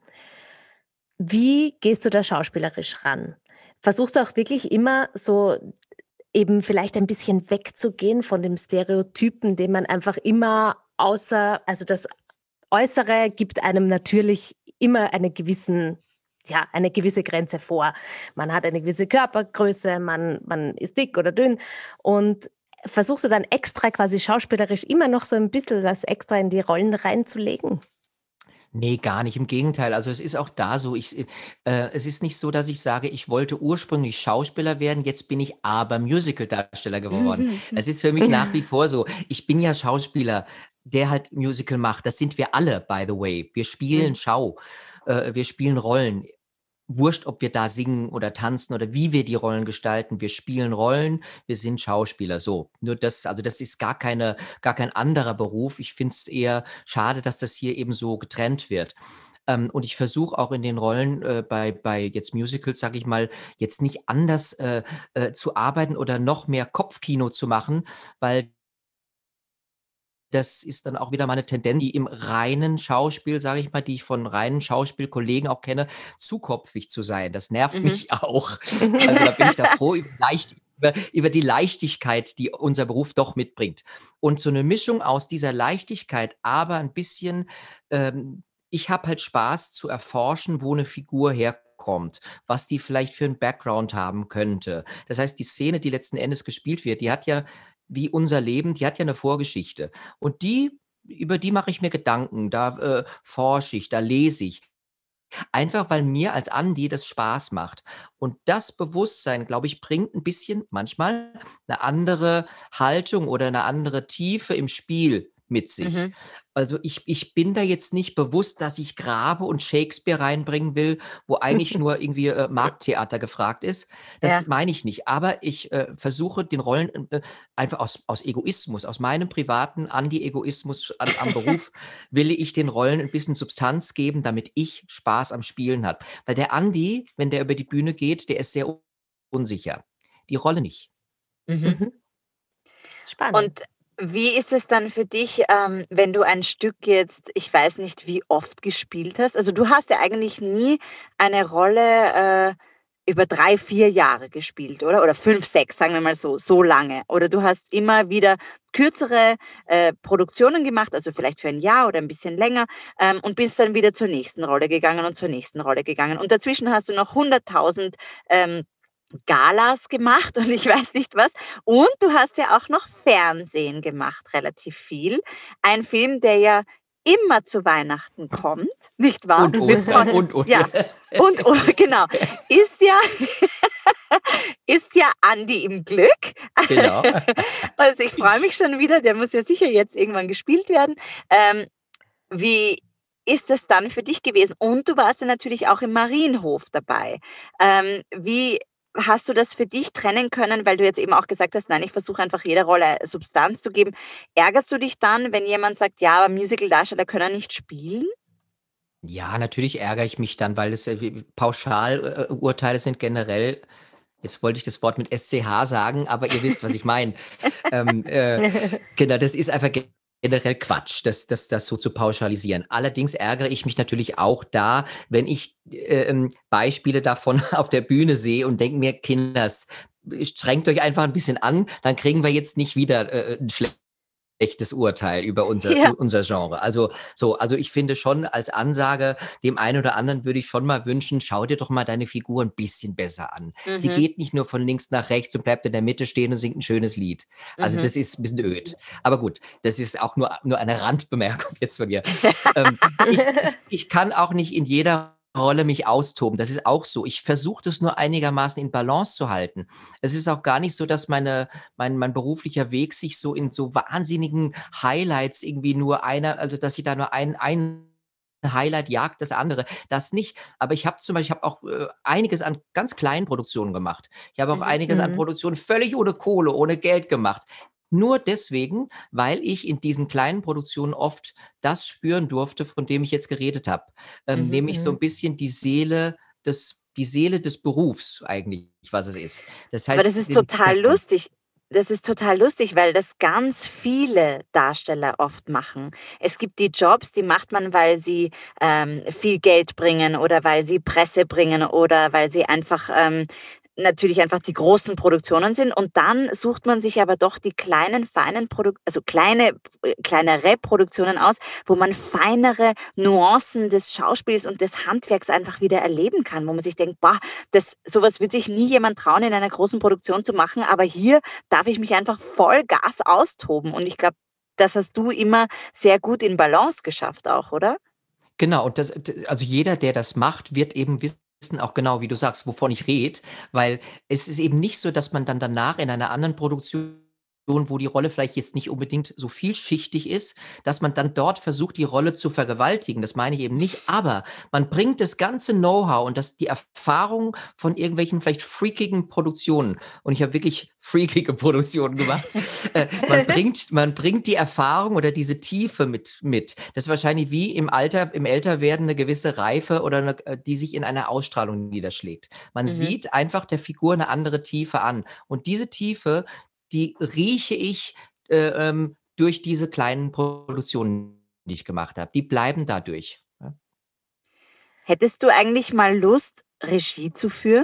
Wie gehst du da schauspielerisch ran? Versuchst du auch wirklich immer so eben vielleicht ein bisschen wegzugehen von dem Stereotypen, den man einfach immer außer, also das Äußere gibt einem natürlich immer eine gewissen, ja, eine gewisse Grenze vor. Man hat eine gewisse Körpergröße, man, man ist dick oder dünn und versuchst du dann extra quasi schauspielerisch immer noch so ein bisschen das extra in die Rollen reinzulegen? Nee, gar nicht. Im Gegenteil. Also es ist auch da so, ich, äh, es ist nicht so, dass ich sage, ich wollte ursprünglich Schauspieler werden, jetzt bin ich aber Musical-Darsteller geworden. Es ist für mich nach wie vor so. Ich bin ja Schauspieler, der halt Musical macht. Das sind wir alle, by the way. Wir spielen Mhm. Schau, äh, wir spielen Rollen. Wurscht, ob wir da singen oder tanzen oder wie wir die Rollen gestalten. Wir spielen Rollen, wir sind Schauspieler. So. Nur das, also das ist gar keine, gar kein anderer Beruf. Ich finde es eher schade, dass das hier eben so getrennt wird. Ähm, und ich versuche auch in den Rollen äh, bei, bei jetzt Musicals, sage ich mal, jetzt nicht anders äh, äh, zu arbeiten oder noch mehr Kopfkino zu machen, weil das ist dann auch wieder meine Tendenz, die im reinen Schauspiel, sage ich mal, die ich von reinen Schauspielkollegen auch kenne, zu kopfig zu sein. Das nervt Mhm. mich auch. Also da bin ich da froh über, leicht, über, über die Leichtigkeit, die unser Beruf doch mitbringt. Und so eine Mischung aus dieser Leichtigkeit, aber ein bisschen, ähm, ich habe halt Spaß zu erforschen, wo eine Figur herkommt, was die vielleicht für einen Background haben könnte. Das heißt, die Szene, die letzten Endes gespielt wird, die hat ja wie unser Leben, die hat ja eine Vorgeschichte. Und die über die mache ich mir Gedanken, da, äh, forsche ich, da lese ich. Einfach, weil mir als Andi das Spaß macht. Und das Bewusstsein, glaube ich, bringt ein bisschen manchmal eine andere Haltung oder eine andere Tiefe im Spiel mit sich. Mhm. Also, ich ich bin da jetzt nicht bewusst, dass ich grabe und Shakespeare reinbringen will, wo eigentlich nur irgendwie, äh, Markttheater gefragt ist. Ja. Das meine ich nicht. Aber ich, äh, versuche den Rollen, äh, einfach aus aus Egoismus, aus meinem privaten Andi-Egoismus an am Beruf will ich den Rollen ein bisschen Substanz geben, damit ich Spaß am Spielen habe. Weil der Andi, wenn der über die Bühne geht, der ist sehr un- unsicher. Die Rolle nicht. Mhm. Mhm. Spannend. Und wie ist es dann für dich, ähm, wenn du ein Stück jetzt, ich weiß nicht, wie oft gespielt hast? Also du hast ja eigentlich nie eine Rolle äh, über drei, vier Jahre gespielt, oder? Oder fünf, sechs, sagen wir mal so, so lange. Oder du hast immer wieder kürzere äh, Produktionen gemacht, also vielleicht für ein Jahr oder ein bisschen länger, ähm, und bist dann wieder zur nächsten Rolle gegangen und zur nächsten Rolle gegangen. Und dazwischen hast du noch hunderttausend ähm, Galas gemacht und ich weiß nicht was. Und du hast ja auch noch Fernsehen gemacht, relativ viel. Ein Film, der ja immer zu Weihnachten kommt, nicht wahr? Und Bis Ostern heu und, und. ja, und o genau, ist ja ist ja Andi im Glück. Genau. Also, ich freue mich schon wieder, der muss ja sicher jetzt irgendwann gespielt werden. Ähm, wie ist das dann für dich gewesen? Und du warst ja natürlich auch im Marienhof dabei. Ähm, wie hast du das für dich trennen können, weil du jetzt eben auch gesagt hast: „Nein, ich versuche einfach jeder Rolle Substanz zu geben.“ Ärgerst du dich dann, wenn jemand sagt: „Ja, aber Musicaldarsteller können nicht spielen?“ Ja, natürlich ärgere ich mich dann, weil es äh, wie Pauschal äh, Urteile sind generell jetzt wollte ich das Wort mit S C H sagen, aber ihr wisst, was ich meine. Ähm, äh, genau, das ist einfach ge generell Quatsch, das das das so zu pauschalisieren. Allerdings ärgere ich mich natürlich auch da, wenn ich, äh, ähm, Beispiele davon auf der Bühne sehe und denke mir: „Kinders, strengt euch einfach ein bisschen an, dann kriegen wir jetzt nicht wieder, äh, 'n schlechtes Urteil über unser Ja. u unser Genre.“ Also, so also, ich finde schon als Ansage, dem einen oder anderen würde ich schon mal wünschen: „Schau dir doch mal deine Figur ein bisschen besser an. Die Mhm, geht nicht nur von links nach rechts und bleibt in der Mitte stehen und singt ein schönes Lied.“ Also, mhm. das ist ein bisschen öd. Aber gut, das ist auch nur nur eine Randbemerkung jetzt von mir. Ähm, ich ich ich kann auch nicht in jeder Rolle mich austoben. Das ist auch so. Ich versuche das nur einigermaßen in Balance zu halten. Es ist auch gar nicht so, dass meine mein mein beruflicher Weg sich so in so wahnsinnigen Highlights irgendwie nur einer also, dass ich da nur ein ein Highlight jagt das andere, das nicht. Aber ich habe zum Beispiel ich habe auch, äh, einiges an ganz kleinen Produktionen gemacht. Ich habe auch Mhm. einiges an Mhm. Produktionen völlig ohne Kohle, ohne Geld gemacht. Nur deswegen, weil ich in diesen kleinen Produktionen oft das spüren durfte, von dem ich jetzt geredet habe. Ähm, Mhm. nämlich so Mhm. ein bisschen die Seele des die Seele des Berufs eigentlich, was es ist. Das Aber das heißt, ist den total Hintergrund. lustig. Das ist total lustig, weil das ganz viele Darsteller oft machen. Es gibt die Jobs, die macht man, weil sie, ähm, viel Geld bringen oder weil sie Presse bringen oder weil sie einfach, ähm natürlich einfach die großen Produktionen sind. Und dann sucht man sich aber doch die kleinen, feinen Produk also kleine äh, kleinere Produktionen aus, wo man feinere Nuancen des Schauspiels und des Handwerks einfach wieder erleben kann, wo man sich denkt: „Boah, das sowas wird sich nie jemand trauen, in einer großen Produktion zu machen, aber hier darf ich mich einfach voll Gas austoben.“ Und ich glaube, das hast du immer sehr gut in Balance geschafft auch, oder? Genau, und das d also jeder, der das macht, wird eben wissen auch genau, wie du sagst, wovon ich rede, weil es ist eben nicht so, dass man dann danach in einer anderen Produktion, wo die Rolle vielleicht jetzt nicht unbedingt so vielschichtig ist, dass man dann dort versucht, die Rolle zu vergewaltigen. Das meine ich eben nicht, aber man bringt das ganze Know-how und das die Erfahrung von irgendwelchen vielleicht freakigen Produktionen und ich habe wirklich freakige Produktionen gemacht. Äh, man bringt man bringt die Erfahrung oder diese Tiefe mit mit. Das ist wahrscheinlich wie im Alter im Älterwerden eine gewisse Reife oder 'ne äh, die sich in einer Ausstrahlung niederschlägt. Man Mhm. sieht einfach der Figur eine andere Tiefe an. Und diese Tiefe, die rieche ich, äh, ähm, durch diese kleinen Produktionen, die ich gemacht habe. Die bleiben dadurch, ja. Hättest du eigentlich mal Lust, Regie zu führen?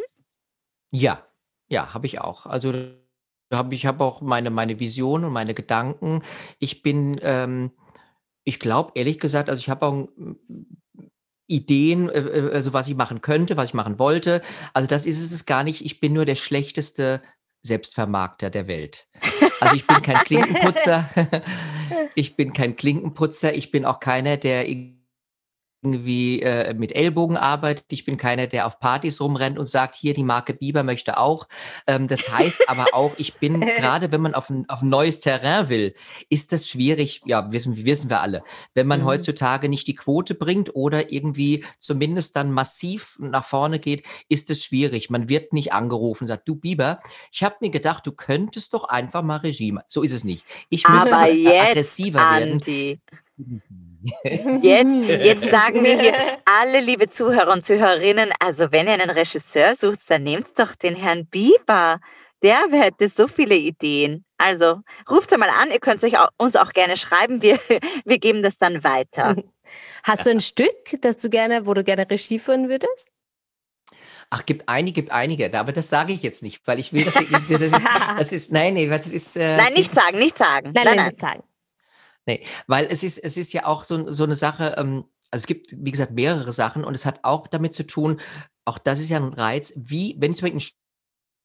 Ja, ja, habe ich auch. Also, da habe ich habe auch meine meine Vision und meine Gedanken. Ich bin, ähm ich glaube, ehrlich gesagt also, ich habe auch, hm, Ideen, äh, äh, also, was ich machen könnte, was ich machen wollte. Also, das ist es gar nicht. Ich bin nur der schlechteste Selbstvermarkter der Welt. Also, ich bin kein Klinkenputzer. Ich bin kein Klinkenputzer. Ich bin auch keiner, der irgendwie, äh, mit Ellbogen arbeitet. Ich bin keiner, der auf Partys rumrennt und sagt: „Hier, die Marke Bieber möchte auch.“ Ähm, das heißt aber auch, ich bin gerade wenn man auf 'n auf 'n neues Terrain will, ist das schwierig. Ja, wissen wissen wir alle. Wenn man Mhm. heutzutage nicht die Quote bringt oder irgendwie zumindest dann massiv nach vorne geht, ist es schwierig. Man wird nicht angerufen und sagt: „Du Bieber, ich habe mir gedacht, du könntest doch einfach mal Regie ma“, so ist es nicht. Ich müsste Aber aber, äh, jetzt, aggressiver werden. Andi, jetzt jetzt sagen wir hier Mhm. alle, liebe Zuhörer und Zuhörerinnen, also wenn ihr einen Regisseur sucht, dann nehmt's doch den Herrn Bieber. Der hätte so viele Ideen. Also, ruft's einmal an, ihr könnt's euch au uns auch gerne schreiben, wir wir geben das dann weiter. Hast du ein Stück, das du gerne wo du gerne Regie führen würdest? Ach, gibt einige gibt einige, da aber das sage ich jetzt nicht, weil ich will, dass die das ist das ist nein, ne, weil das ist, äh, Nein, nicht sagen, das nicht sagen. Nein, Nein, nein, nein. nicht sagen. ne, weil es ist es ist ja auch so 'n so 'ne Sache, ähm also, es gibt, wie gesagt, mehrere Sachen und es hat auch damit zu tun auch das ist ja 'n Reiz, wie wenn ich zum Beispiel 'n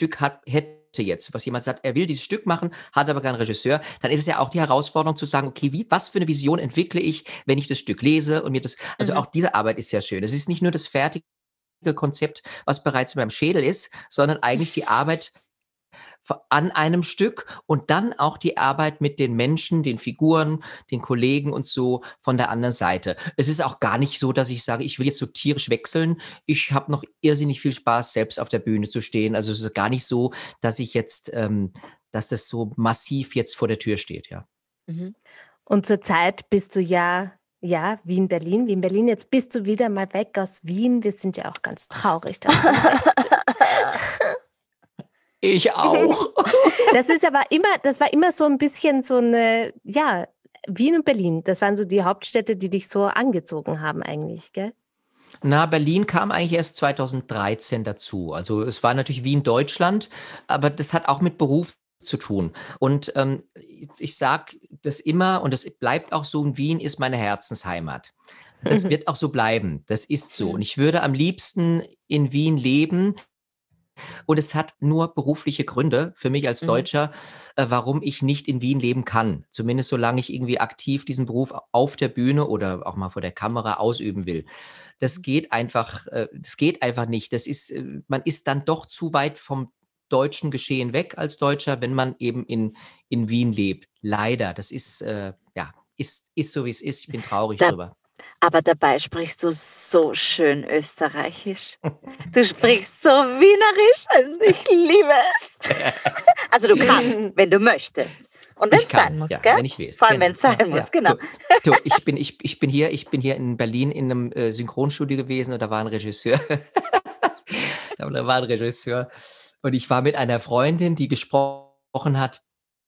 Stück hat, hätte jetzt, was jemand sagt, er will dieses Stück machen, hat aber keinen Regisseur, dann ist es ja auch die Herausforderung zu sagen, okay, wie, was für eine Vision entwickle ich, wenn ich das Stück lese und mir das, also Mhm. auch diese Arbeit ist sehr schön. Es ist nicht nur das fertige Konzept, was bereits in meinem Schädel ist, sondern eigentlich die Arbeit an einem Stück und dann auch die Arbeit mit den Menschen, den Figuren, den Kollegen und so von der anderen Seite. Es ist auch gar nicht so, dass ich sage, ich will jetzt so tierisch wechseln. Ich habe noch irrsinnig viel Spaß, selbst auf der Bühne zu stehen. Also es ist gar nicht so, dass ich jetzt, ähm, dass das so massiv jetzt vor der Tür steht, ja. Mhm. Und zurzeit bist du ja, ja, Wien, Berlin, Wien, Berlin. Jetzt bist du wieder mal weg aus Wien. Wir sind ja auch ganz traurig, dass du weg bist. Ich auch. Das ist aber immer, das war immer so ein bisschen so eine, ja, Wien und Berlin, das waren so die Hauptstädte, die dich so angezogen haben eigentlich, gell? Na, Berlin kam eigentlich erst zweitausenddreizehn dazu. Also es war natürlich Wien, Deutschland, aber das hat auch mit Beruf zu tun. Und ähm, ich sage das immer und das bleibt auch so, Wien ist meine Herzensheimat. Das wird auch so bleiben. Das ist so. Und ich würde am liebsten in Wien leben. Und es hat nur berufliche Gründe für mich als Mhm. Deutscher, äh, warum ich nicht in Wien leben kann. Zumindest solange ich irgendwie aktiv diesen Beruf auf der Bühne oder auch mal vor der Kamera ausüben will. Das geht einfach, äh, das geht einfach nicht. Das ist, äh, man ist dann doch zu weit vom deutschen Geschehen weg als Deutscher, wenn man eben in, in Wien lebt. Leider. Das ist, äh, ja, ist, ist so, wie es ist. Ich bin traurig Da, drüber. aber dabei sprichst du so schön Österreichisch. Du sprichst so wienerisch und ich liebe es. Also du kannst, wenn du möchtest. Und wenn Ich es sein kann, muss, ja, gell? wenn ich will. Vor allem, Genau. wenn es sein Ja, muss, ja. genau. Du, du, ich bin, ich, ich bin hier, ich bin hier in Berlin in einem äh, Synchronstudio gewesen und da war ein Regisseur. Da war ein Regisseur. Und ich war mit einer Freundin, die gesprochen hat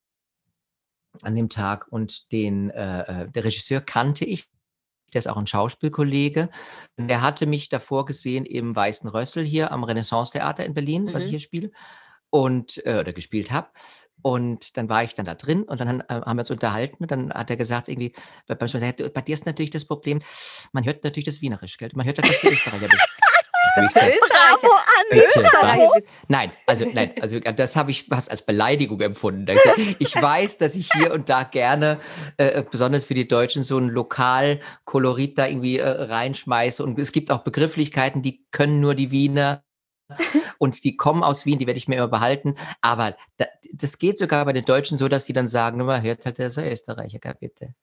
an dem Tag und den, äh, äh, der Regisseur kannte ich. Der ist auch ein Schauspielkollege. Und der hatte mich davor gesehen im Weißen Rössel hier am Renaissance-Theater in Berlin, was ich Mhm. hier spiele und äh, oder gespielt habe. Und dann war ich dann da drin und dann äh, haben wir uns unterhalten und dann hat er gesagt, irgendwie, bei, bei, bei dir ist natürlich das Problem, man hört natürlich das Wienerisch, gell? Man hört halt, dass du Österreicher bist. Und ich Der so, Österreicher. Bravo, Andi! bitte, Österreicher was? bist. Nein, also nein, also das habe ich fast als Beleidigung empfunden. Da hab ich gesagt, ich weiß, dass ich hier und da gerne, äh, besonders für die Deutschen, so ein Lokalkolorit da irgendwie äh, reinschmeiße. Und es gibt auch Begrifflichkeiten, die können nur die Wiener und die kommen aus Wien, die werde ich mir immer behalten. Aber da, das geht sogar bei den Deutschen so, dass die dann sagen, man hört halt, der ist ein Österreicher, gell, bitte.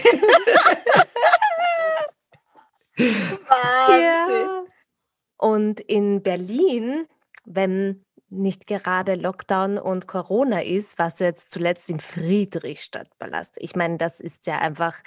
Wahnsinn! Ja. Und in Berlin, wenn nicht gerade Lockdown und Corona ist, warst du jetzt zuletzt im Friedrichstadtpalast. Ich meine, das ist ja einfach.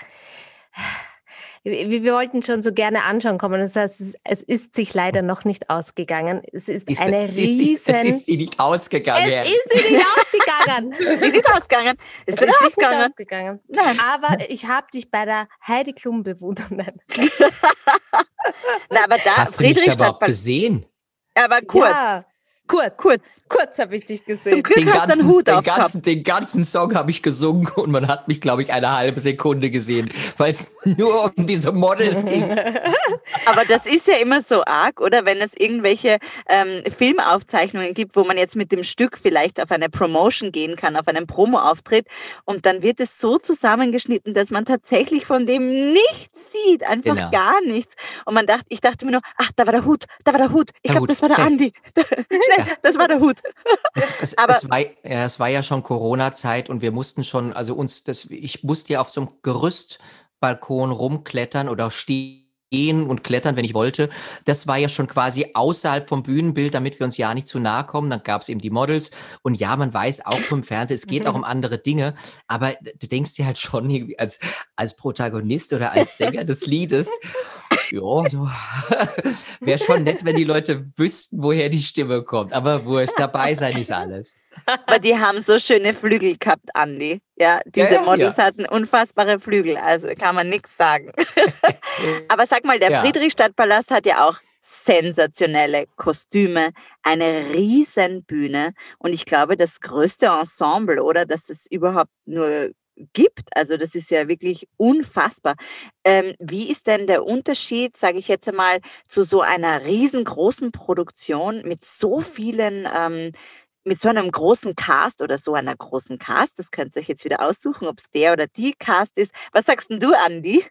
Wir, wir wollten schon so gerne anschauen kommen. Das heißt, es, es ist sich leider noch nicht ausgegangen. Es ist Ist, eine es, ist, sie- es riesen. ist sie nicht ausgegangen. Es ist sie nicht ausgegangen. Ist sie nicht ausgegangen? Ist Es sie nicht ist nicht ausgegangen? ausgegangen. Nein. Aber ich habe dich bei der Heidi Klum bewundert. Nein. Na, aber da, Hast du mich da überhaupt Friedrichstadtpalast. gesehen? Aber kurz, Ja, kurz, kurz. kurz habe ich dich Zum gesehen. Glück Den hast du einen ganzen, Hut den, aufgehabt. ganzen, den ganzen Song habe ich gesungen und man hat mich, glaube ich, eine halbe Sekunde gesehen, weil es nur um diese Models ging. Aber das ist ja immer so arg, oder? Wenn es irgendwelche ähm, Filmaufzeichnungen gibt, wo man jetzt mit dem Stück vielleicht auf eine Promotion gehen kann, auf einen Promo-Auftritt und dann wird es so zusammengeschnitten, dass man tatsächlich von dem nichts sieht, einfach Genau. gar nichts. Und man dachte, ich dachte mir nur, ach, da war der Hut, da war der Hut. Ich Der glaube, Hut, das war der schnell. Andi. Schnell, Ja. das war der Hut. Es, es, Aber- es, war, ja, es war ja schon Corona-Zeit und wir mussten schon, also uns, das, ich musste ja auf so einem Gerüstbalkon rumklettern oder stehen und klettern, wenn ich wollte. Das war ja schon quasi außerhalb vom Bühnenbild, damit wir uns ja nicht zu nahe kommen. Dann gab es eben die Models. Und ja, man weiß auch vom Fernsehen, es geht auch um andere Dinge. Aber du denkst dir halt schon irgendwie als, als Protagonist oder als Sänger des Liedes, ja, so. Wäre schon nett, wenn die Leute wüssten, woher die Stimme kommt. Aber wurscht, dabei sein ist alles. Aber die haben so schöne Flügel gehabt, Andi. Ja, diese ja, Models ja. hatten unfassbare Flügel, also kann man nichts sagen. Aber sag mal, der Ja. Friedrichstadtpalast hat ja auch sensationelle Kostüme, eine riesen Bühne und ich glaube, das größte Ensemble, oder, das es überhaupt nur gibt. Also das ist ja wirklich unfassbar. Ähm, wie ist denn der Unterschied, sage ich jetzt einmal, zu so einer riesengroßen Produktion mit so vielen ähm, mit so einem großen Cast oder so einer großen Cast, das könnt ihr euch jetzt wieder aussuchen, ob es der oder die Cast ist. Was sagst denn du, Andi?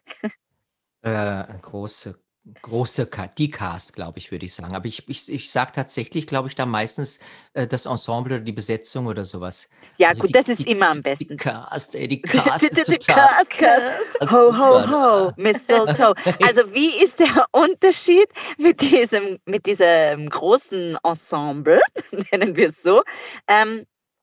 Äh, große große Ca die Cast, glaube ich, würde ich sagen. Aber ich ich ich sage tatsächlich, glaube ich, da meistens, äh, das Ensemble oder die Besetzung oder sowas. Ja Also gut, die das ist die immer am die die besten. Cast, ey, die Die, die, Cast ist die, die total Cast, Cast. Cast. Ho, ho, super, ho, ne? Mistletoe. Also wie ist der Unterschied mit diesem, mit diesem großen Ensemble, nennen wir es so, ähm,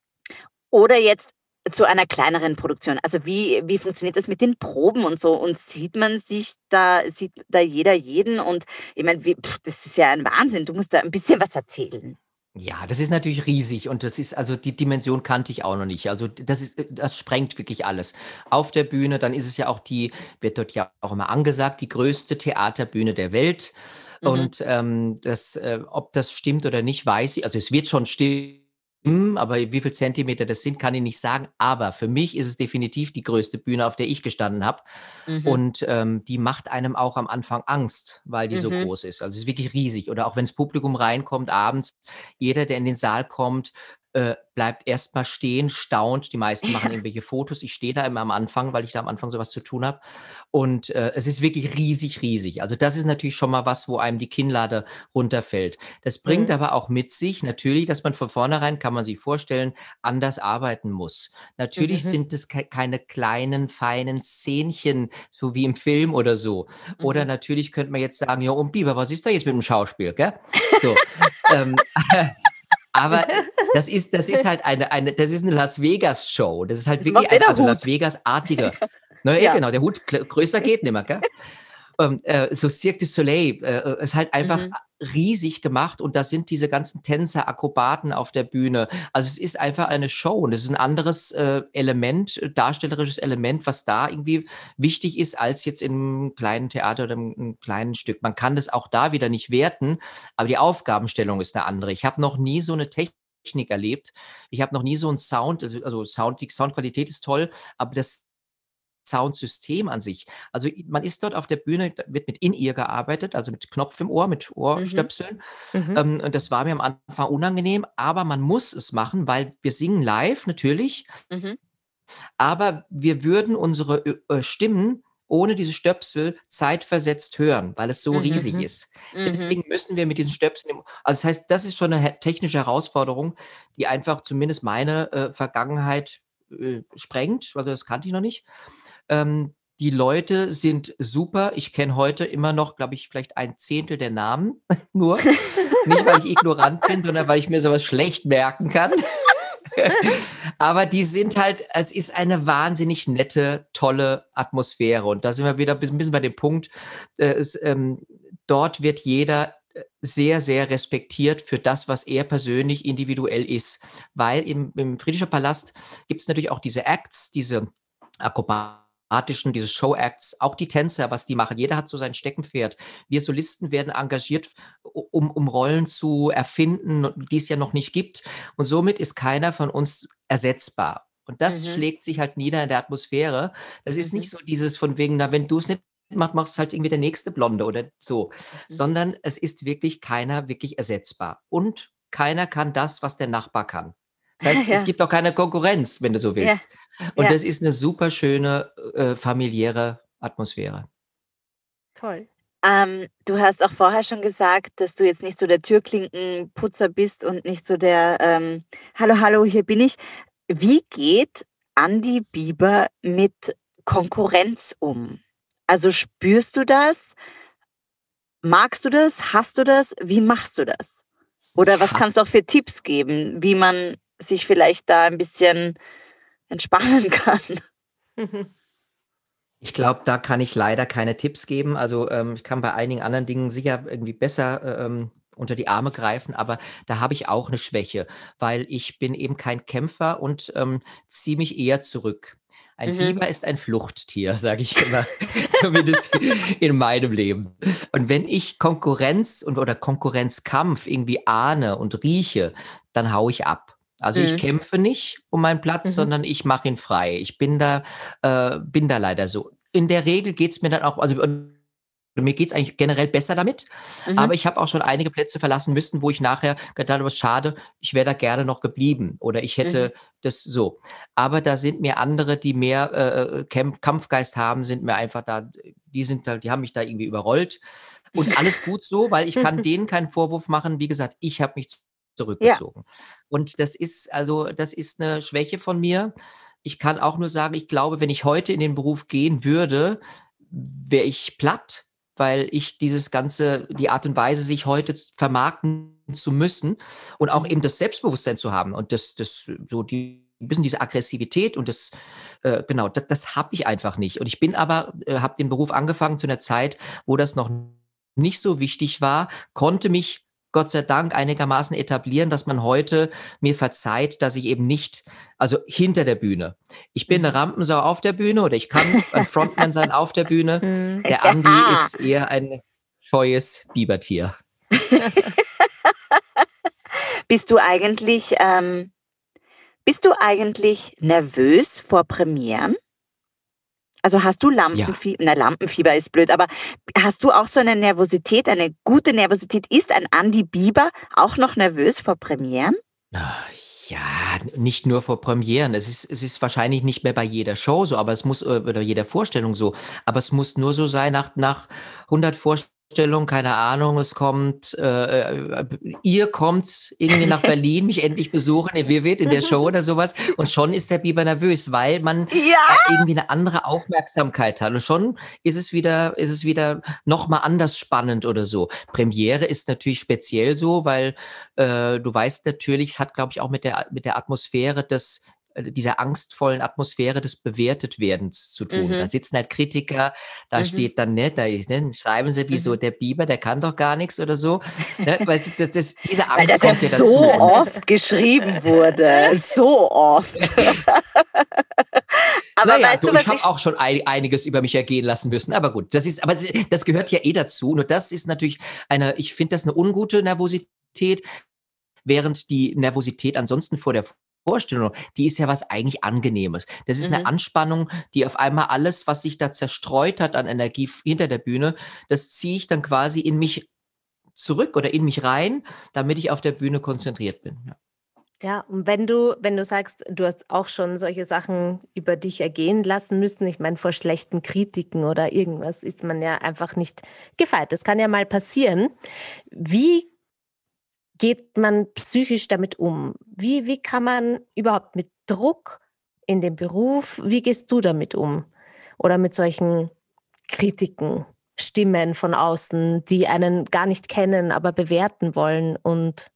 oder jetzt zu einer kleineren Produktion? Also wie, wie funktioniert das mit den Proben und so? Und sieht man sich da, sieht da jeder jeden? Und ich meine, wie, pff, das ist ja ein Wahnsinn. Du musst da ein bisschen was erzählen. Ja, das ist natürlich riesig und das ist also die Dimension kannte ich auch noch nicht. Also d das ist äh, das sprengt wirklich alles. Auf der Bühne, dann ist es ja auch die wird dort ja auch immer angesagt, die größte Theaterbühne der Welt. Mhm. Und, ähm, das, äh ob das stimmt oder nicht, weiß ich also es wird schon stimmen, aber wie viel Zentimeter das sind, kann ich nicht sagen. Aber für mich ist es definitiv die größte Bühne, auf der ich gestanden habe. Mhm. Und, ähm, die macht einem auch am Anfang Angst, weil die so Mhm. groß ist. Also, es ist wirklich riesig. Oder auch wenn's Publikum reinkommt abends, jeder, der in den Saal kommt, äh, bleibt erst mal stehen, staunt. Die meisten machen Ja. irgendwelche Fotos. Ich stehe da immer am Anfang, weil ich da am Anfang so was zu tun habe. Und, äh, es ist wirklich riesig, riesig. Also, das ist natürlich schon mal was, wo einem die Kinnlade runterfällt. Das bringt Mhm. aber auch mit sich natürlich, dass man von vornherein, kann man sich vorstellen, anders arbeiten muss. Natürlich Mhm. sind es kei keine kleinen, feinen Szenchen, so wie im Film oder so. Oder Mhm. natürlich könnte man jetzt sagen: „Ja und Biber, was ist da jetzt mit dem Schauspiel“, gell? So, ähm, aber das ist das ist halt eine eine das ist 'ne Las-Vegas-Show. Das ist halt Das wirklich macht eh eine der also Hut. Las Vegas-artige. Na ja, Ja. genau, der Hut gl größer geht nimmer, gell? Ähm, äh, so Cirque du Soleil, äh, äh, ist halt einfach Mhm. a riesig gemacht und da sind diese ganzen Tänzer, Akrobaten auf der Bühne. Also, es ist einfach eine Show und es ist 'n anderes, äh, Element, äh, darstellerisches Element, was da irgendwie wichtig ist als jetzt im kleinen Theater oder im im kleinen Stück. Man kann das auch da wieder nicht werten, aber die Aufgabenstellung ist 'ne andere. Ich habe noch nie so 'ne Technik erlebt. Ich habe noch nie so 'n Sound also also Sound die Soundqualität ist toll, aber das Soundsystem an sich also, i man ist dort auf der Bühne, da wird mit In-Ear gearbeitet, also mit Knopf im Ohr, mit Mhm. Ohrstöpseln. Mhm. Ähm, und das war mir am Anfang unangenehm, aber man muss es machen, weil wir singen live natürlich, Mhm. aber wir würden unsere Ö äh, Stimmen ohne diese Stöpsel zeitversetzt hören, weil es so Mhm. riesig Mhm. ist. Mhm. Deswegen müssen wir mit diesen Stöpseln im also, das heißt, das ist schon 'ne he technische Herausforderung, die einfach zumindest meine, äh, Vergangenheit, äh, sprengt. Also, das kannte ich noch nicht. Ähm, die Leute sind super. Ich kenne heute immer noch, glaube ich, vielleicht ein Zehntel der Namen nur. Nicht, weil ich ignorant bin, sondern weil ich mir so was schlecht merken kann. Aber die sind halt es ist eine wahnsinnig nette, tolle Atmosphäre. Und da sind wir wieder bis 'n bisschen bei dem Punkt, äh, es, ähm dort wird jeder, äh, sehr, sehr respektiert für das, was er persönlich individuell ist. Weil im im Friedrichster Palast gibt's natürlich auch diese Acts, diese akrobatischen, diese Show-Acts, auch die Tänzer, was die machen. Jeder hat so sein Steckenpferd. Wir Solisten werden engagiert, u um um Rollen zu erfinden, die es ja noch nicht gibt. Und somit ist keiner von uns ersetzbar. Und das Mhm. schlägt sich halt nieder in der Atmosphäre. Das ist Mhm. nicht so dieses von wegen: „Na, wenn du's nicht machst, machst halt irgendwie der nächste Blonde“ oder so, Mhm. sondern es ist wirklich keiner wirklich ersetzbar. Und keiner kann das, was der Nachbar kann. Das heißt, es Ja. gibt auch keine Konkurrenz, wenn du so Ja. willst. Und Ja. das ist 'ne super schöne, äh, familiäre Atmosphäre. Toll. Ähm, du hast auch vorher schon gesagt, dass du jetzt nicht so der Türklinkenputzer bist und nicht so der, ähm: „Hallo, hallo, hier bin ich.“ Wie geht Andi Bieber mit Konkurrenz um? Also, spürst du das? Magst du das? Hasst du das? Wie machst du das? Oder Ich was hasse kannst du auch für Tipps geben, wie man sich vielleicht da ein bisschen entspannen kann? Mhm. Ich glaube, da kann ich leider keine Tipps geben. Also, ähm, ich kann bei einigen anderen Dingen sicher irgendwie besser, äh, ähm, unter die Arme greifen, aber da habe ich auch 'ne Schwäche, weil ich bin eben kein Kämpfer und, ähm, ziehe mich eher zurück. Ein Mhm. Biber ist ein Fluchttier, sage ich immer, zumindest in meinem Leben. Und wenn ich Konkurrenz und oder Konkurrenzkampf irgendwie ahne und rieche, dann haue ich ab. Also, ich Mhm. kämpfe nicht um meinen Platz, Mhm. sondern ich mache ihn frei. Ich bin da äh, bin da leider so. In der Regel geht's mir dann auch also mir geht es eigentlich generell besser damit, Mhm. aber ich habe auch schon einige Plätze verlassen müssen, wo ich nachher gedacht habe, schade, ich wäre da gerne noch geblieben oder ich Mhm. hätte das so. Aber da sind mir andere, die mehr äh, Kämpf Kampfgeist haben, sind mir einfach da, die sind da, die haben mich da irgendwie überrollt. Und alles gut so, weil ich kann denen keinen Vorwurf machen. Wie gesagt, ich habe mich Ja. zurückgezogen. Und das ist also, das ist eine Schwäche von mir. Ich kann auch nur sagen, ich glaube, wenn ich heute in den Beruf gehen würde, wäre ich platt, weil ich dieses ganze, die Art und Weise, sich heute z- vermarkten zu müssen und auch Mhm. eben das Selbstbewusstsein zu haben und das, das so die ein bisschen diese Aggressivität und das, äh, genau, das, das habe ich einfach nicht. Und ich bin aber, äh, habe den Beruf angefangen zu einer Zeit, wo das noch nicht so wichtig war, konnte mich Gott sei Dank einigermaßen etablieren, dass man heute mir verzeiht, dass ich eben nicht, also hinter der Bühne. Ich bin eine Mhm. Rampensau auf der Bühne oder ich kann ein Frontman sein auf der Bühne. Mhm. Der Andi Ja. ist eher ein scheues Bibertier. Bist du eigentlich, ähm, bist du eigentlich nervös vor Premieren? Also hast du Ja. Lampenfieber? Na, Lampenfieber ist blöd, aber hast du auch so eine Nervosität, eine gute Nervosität? Ist ein Andi Bieber auch noch nervös vor Premieren? Ah, ja, n- nicht nur vor Premieren. Es ist, es ist wahrscheinlich nicht mehr bei jeder Show so, aber es muss, äh, oder jeder Vorstellung so. Aber es muss nur so sein, nach, nach hundert Vorstellungen, keine Ahnung, es kommt, äh, äh, ihr kommt irgendwie nach Berlin, mich endlich besuchen, in Vivid, in der Show oder sowas. Und schon ist der Biber nervös, weil man Ja. äh, irgendwie eine andere Aufmerksamkeit hat. Und schon ist es wieder, ist es wieder nochmal anders spannend oder so. Premiere ist natürlich speziell so, weil äh, du weißt natürlich, es hat, glaube ich, auch mit der, mit der Atmosphäre des, äh, dieser angstvollen Atmosphäre des Bewertetwerdens zu tun. Da Mhm. sitzen halt Kritiker, da Mhm. steht dann, ne, da ist, ne, schreiben sie, wieso Mhm. der Biber, der kann doch gar nichts oder so. Ne, weil sie- das, das, diese Weil Angst das ja kommt ja dazu. so Und oft geschrieben wurde. So oft. Aber naja, weißt du, du, ich was habe ich. auch schon ein, einiges über mich ergehen lassen müssen. Aber gut, das ist, aber das das gehört ja eh dazu. Nur das ist natürlich eine, ich finde das eine ungute Nervosität, während die Nervosität ansonsten vor der Vorstellung, die ist ja was eigentlich Angenehmes. Das ist eine Mhm. Anspannung, die auf einmal alles, was sich da zerstreut hat an Energie f- hinter der Bühne, das ziehe ich dann quasi in mich zurück oder in mich rein, damit ich auf der Bühne konzentriert bin. Ja. Ja, und wenn du wenn du sagst, du hast auch schon solche Sachen über dich ergehen lassen müssen, ich meine, vor schlechten Kritiken oder irgendwas ist man ja einfach nicht gefeit. Das kann ja mal passieren. Wie geht man psychisch damit um? Wie wie kann man überhaupt mit Druck in dem Beruf, wie gehst du damit um? Oder mit solchen Kritiken, Stimmen von außen, die einen gar nicht kennen, aber bewerten wollen und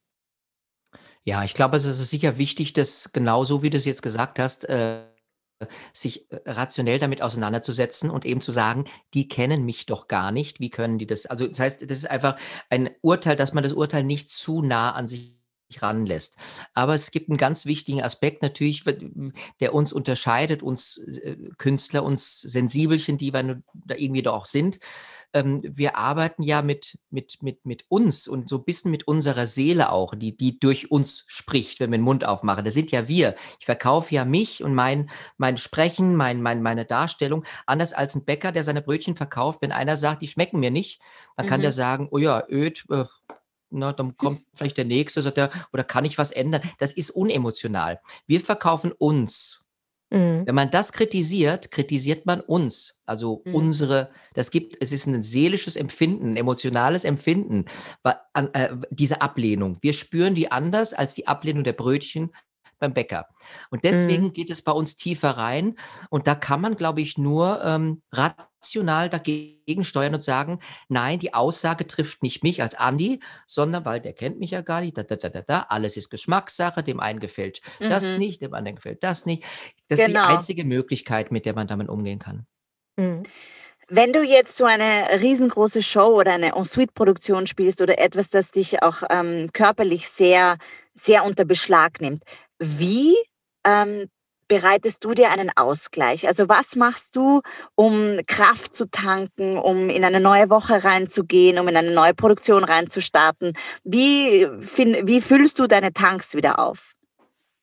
Ja, ich glaube, es ist sicher wichtig, dass genauso wie du es jetzt gesagt hast, äh, sich äh, rationell damit auseinanderzusetzen und eben zu sagen, die kennen mich doch gar nicht. Wie können die das? Also das heißt, das ist einfach ein Urteil, dass man das Urteil nicht zu nah an sich ranlässt. Aber es gibt einen ganz wichtigen Aspekt natürlich, w- der uns unterscheidet, uns äh, Künstler, uns Sensibelchen, die wir nu- da irgendwie doch auch sind. Ähm, wir arbeiten ja mit, mit, mit, mit uns und so ein bisschen mit unserer Seele auch, die, die durch uns spricht, wenn wir den Mund aufmachen. Das sind ja wir. Ich verkaufe ja mich und mein, mein Sprechen, mein, mein, meine Darstellung, anders als ein Bäcker, der seine Brötchen verkauft. Wenn einer sagt, die schmecken mir nicht, dann kann der Mhm. sagen, oh ja, öd, äh, na, dann kommt vielleicht der Nächste, sagt er, oder kann ich was ändern? Das ist unemotional. Wir verkaufen uns. mhm, Wenn man das kritisiert, kritisiert man uns, also Mhm. unsere, das gibt, es ist ein seelisches Empfinden, ein emotionales Empfinden, wa- an, äh, diese Ablehnung. Wir spüren die anders als die Ablehnung der Brötchen beim Bäcker. Und mhm, deswegen geht es bei uns tiefer rein. Und da kann man, glaube ich, nur ähm, rational dagegen steuern und sagen, nein, die Aussage trifft nicht mich als Andi, sondern weil der kennt mich ja gar nicht, da, da, da, da, da, alles ist Geschmackssache, dem einen gefällt das Mhm. nicht, dem anderen gefällt das nicht. Das ist die Genau. einzige Möglichkeit, mit der man damit umgehen kann. mhm, Wenn du jetzt so eine riesengroße Show oder eine Ensuite-Produktion spielst oder etwas, das dich auch ähm, körperlich sehr, sehr unter Beschlag nimmt, wie ähm, bereitest du dir einen Ausgleich? Also was machst du, um Kraft zu tanken, um in eine neue Woche reinzugehen, um in eine neue Produktion reinzustarten? Wie, fin- wie füllst du deine Tanks wieder auf?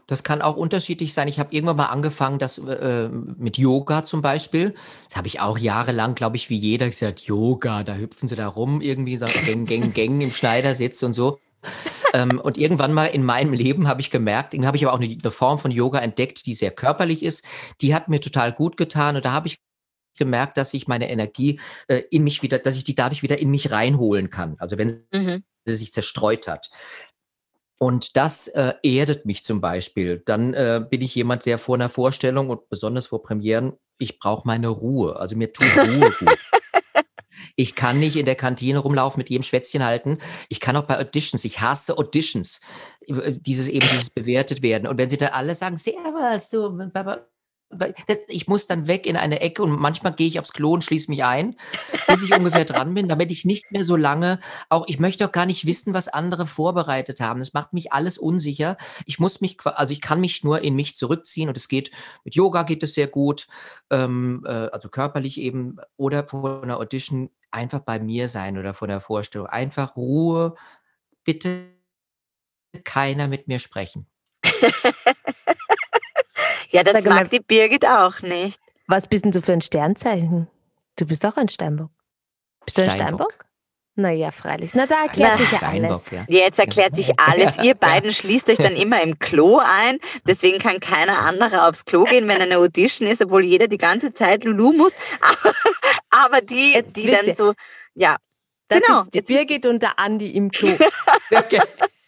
Das kann auch unterschiedlich sein. Ich habe irgendwann mal angefangen, das äh, mit Yoga zum Beispiel. Das habe ich auch jahrelang, glaube ich, wie jeder gesagt, Yoga, da hüpfen sie da rum, irgendwie so Geng, Geng, Geng im Schneidersitz und so. Ähm, und irgendwann mal in meinem Leben habe ich gemerkt, habe ich aber auch eine, eine Form von Yoga entdeckt, die sehr körperlich ist. Die hat mir total gut getan und da habe ich gemerkt, dass ich meine Energie äh, in mich wieder, dass ich die dadurch wieder in mich reinholen kann. Also wenn Mhm. sie sich zerstreut hat. Und das äh, erdet mich zum Beispiel. Dann äh, bin ich jemand, der vor einer Vorstellung und besonders vor Premieren, ich brauche meine Ruhe. Also mir tut Ruhe gut. Ich kann nicht in der Kantine rumlaufen, mit jedem Schwätzchen halten. Ich kann auch bei Auditions, ich hasse Auditions, äh, dieses eben dieses bewertet werden. Und wenn sie dann alle sagen, Servus, du, Baba, das, ich muss dann weg in eine Ecke und manchmal gehe ich aufs Klo und schließe mich ein, bis ich ungefähr dran bin, damit ich nicht mehr so lange, auch ich möchte auch gar nicht wissen, was andere vorbereitet haben. Das macht mich alles unsicher. Ich muss mich, qua- also ich kann mich nur in mich zurückziehen und es geht, mit Yoga geht es sehr gut, ähm, äh, also körperlich eben, oder vor einer Audition einfach bei mir sein oder vor der Vorstellung. Einfach Ruhe, bitte keiner mit mir sprechen. Ja, das Sag mag mal, die Birgit auch nicht. was bist denn du für ein Sternzeichen? Du bist auch ein Steinbock. Bist du ein Steinbock. Steinbock? Naja, freilich. Na, da erklärt Na, sich ja Steinbock, alles. ja. Jetzt erklärt sich alles. Ihr beiden schließt euch dann immer im Klo ein. Deswegen kann keiner andere aufs Klo gehen, wenn eine Audition ist, obwohl jeder die ganze Zeit Lulu muss. Aber, aber die, Jetzt die wisst dann ihr, so, ja, da genau. sitzt die Jetzt wisst ihr. Birgit und der Andi im Klo. Okay.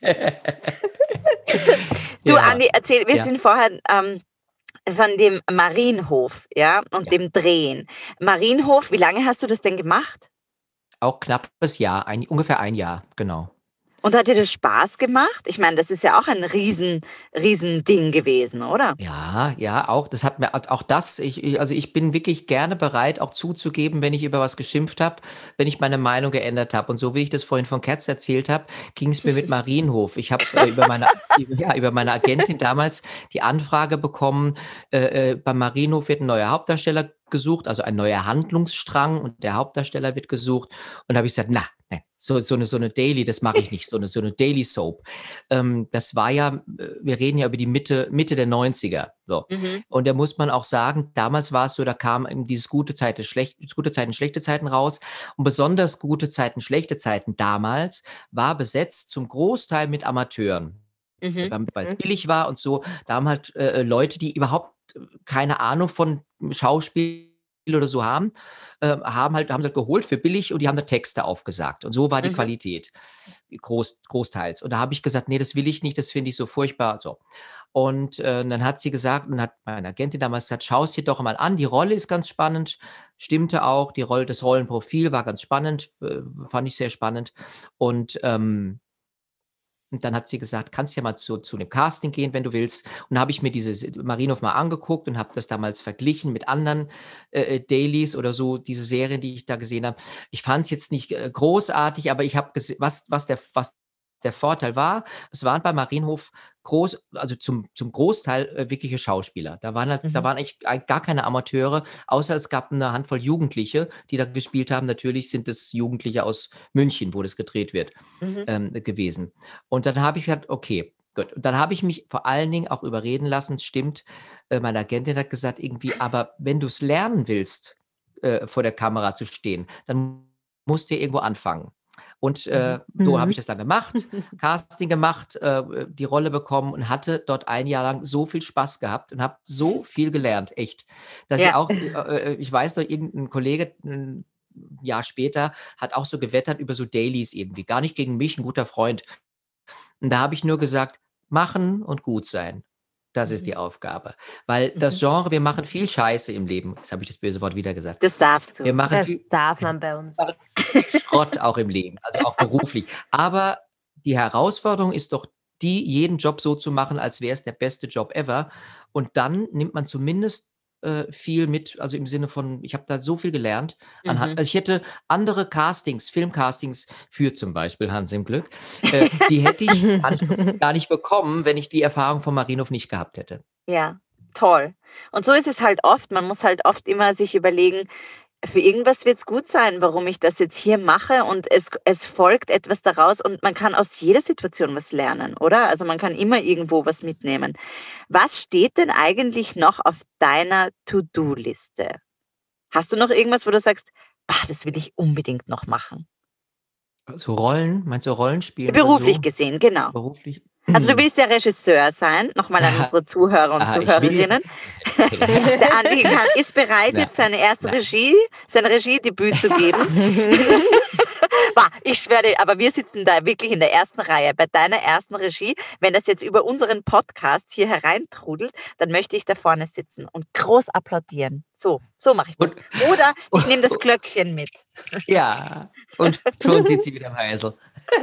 Du, Ja, Andi, erzähl, wir ja, sind vorher ähm, von dem Marienhof, ja, und ja. dem Drehen. Marienhof, wie lange hast du das denn gemacht? Auch knappes Jahr, ein, ungefähr ein Jahr, genau. Und hat dir das Spaß gemacht? Ich meine, das ist ja auch ein riesen, riesen Ding gewesen, oder? Ja, ja, auch das hat mir auch das, ich, ich also ich bin wirklich gerne bereit, auch zuzugeben, wenn ich über was geschimpft habe, wenn ich meine Meinung geändert habe. Und so wie ich das vorhin von Katz erzählt habe, ging es mir mit Marienhof. Ich habe äh, über meine über, ja, über meine Agentin damals die Anfrage bekommen, äh, äh, beim Marienhof wird ein neuer Hauptdarsteller gesucht, also ein neuer Handlungsstrang und der Hauptdarsteller wird gesucht. Und da habe ich gesagt, na, ne, so, so eine so eine Daily, das mache ich nicht, so eine so eine Daily Soap. Ähm, das war ja, äh, wir reden ja über die Mitte, Mitte der neunziger. So. Mhm. Und da muss man auch sagen, damals war es so, da kam eben dieses gute Zeiten, schlecht, gute Zeiten, schlechte Zeiten raus. Und besonders gute Zeiten, schlechte Zeiten damals war besetzt zum Großteil mit Amateuren. Mhm. Weil es Mhm. billig war und so. Da haben halt äh, Leute, die überhaupt keine Ahnung von Schauspiel oder so haben, äh, haben halt, haben sie halt geholt für billig und die haben da Texte aufgesagt. Und so war die Mhm. Qualität. Groß, großteils. Und da habe ich gesagt, nee, das will ich nicht, das finde ich so furchtbar. So. Und äh, dann hat sie gesagt, und hat meine Agentin damals gesagt, schau es dir doch mal an, die Rolle ist ganz spannend, stimmte auch, die Rolle, das Rollenprofil war ganz spannend, äh, fand ich sehr spannend. Und ähm, und dann hat sie gesagt, kannst ja mal zu, zu einem Casting gehen, wenn du willst. Und da habe ich mir diese Marienhof mal angeguckt und habe das damals verglichen mit anderen äh, äh, Dailies oder so, diese Serien, die ich da gesehen habe. Ich fand es jetzt nicht äh, großartig, aber ich habe gesehen, was, was, der, was der Vorteil war, es waren bei Marienhof groß, also zum, zum Großteil äh, wirkliche Schauspieler. Da waren, halt, da Mhm. waren eigentlich gar keine Amateure, außer es gab eine Handvoll Jugendliche, die da gespielt haben. Natürlich sind es Jugendliche aus München, wo das gedreht wird, Mhm. ähm, gewesen. Und dann habe ich gesagt, okay, gut. Und dann habe ich mich vor allen Dingen auch überreden lassen, es stimmt, äh, meine Agentin hat gesagt irgendwie, aber wenn du es lernen willst, äh, vor der Kamera zu stehen, dann musst du ja irgendwo anfangen. Und äh, Mhm. so habe Mhm. ich das dann gemacht, Casting gemacht, äh, die Rolle bekommen und hatte dort ein Jahr lang so viel Spaß gehabt und habe so viel gelernt, echt. Dass ich Ja. auch, äh, äh, ich weiß noch, irgendein Kollege, ein Jahr später, hat auch so gewettert über so Dailies irgendwie. Gar nicht gegen mich, ein guter Freund. Und da habe ich nur gesagt, machen und gut sein. Das ist die Mhm. Aufgabe. Weil das Mhm. Genre, wir machen viel Scheiße im Leben. Jetzt habe ich das böse Wort wieder gesagt. Das darfst Wir du. machen Das viel, darf man bei uns. machen viel Schrott auch im Leben, also auch beruflich. Aber die Herausforderung ist doch die, jeden Job so zu machen, als wäre es der beste Job ever. Und dann nimmt man zumindest äh, viel mit, also im Sinne von, ich habe da so viel gelernt. Anhand, Mhm. also ich hätte andere Castings, Filmcastings für zum Beispiel Hans im Glück, äh, die hätte ich gar nicht, gar nicht bekommen, wenn ich die Erfahrung von Marienhof nicht gehabt hätte. Ja, toll. Und so ist es halt oft. Man muss halt oft immer sich überlegen, für irgendwas wird es gut sein, warum ich das jetzt hier mache und es, es folgt etwas daraus und man kann aus jeder Situation was lernen, oder? Also man kann immer irgendwo was mitnehmen. Was steht denn eigentlich noch auf deiner To-Do-Liste? Hast du noch irgendwas, wo du sagst, ach, das will ich unbedingt noch machen? So Rollen, meinst du Rollenspielen oder Beruflich so? gesehen, genau. Beruflich? Also du Hm. willst ja Regisseur sein, nochmal an unsere Zuhörer und Ah, ich will. Zuhörerinnen. Der Andi kann, ist bereit, Na, jetzt seine erste na. Regie, sein Regiedebüt zu geben. Bah, ich schwöre dir, aber wir sitzen da wirklich in der ersten Reihe bei deiner ersten Regie. Wenn das jetzt über unseren Podcast hier hereintrudelt, dann möchte ich da vorne sitzen und groß applaudieren. So, so mache ich das. Und, Oder ich nehme das Glöckchen mit. ja, und schon sitzt sie wieder im Heisel.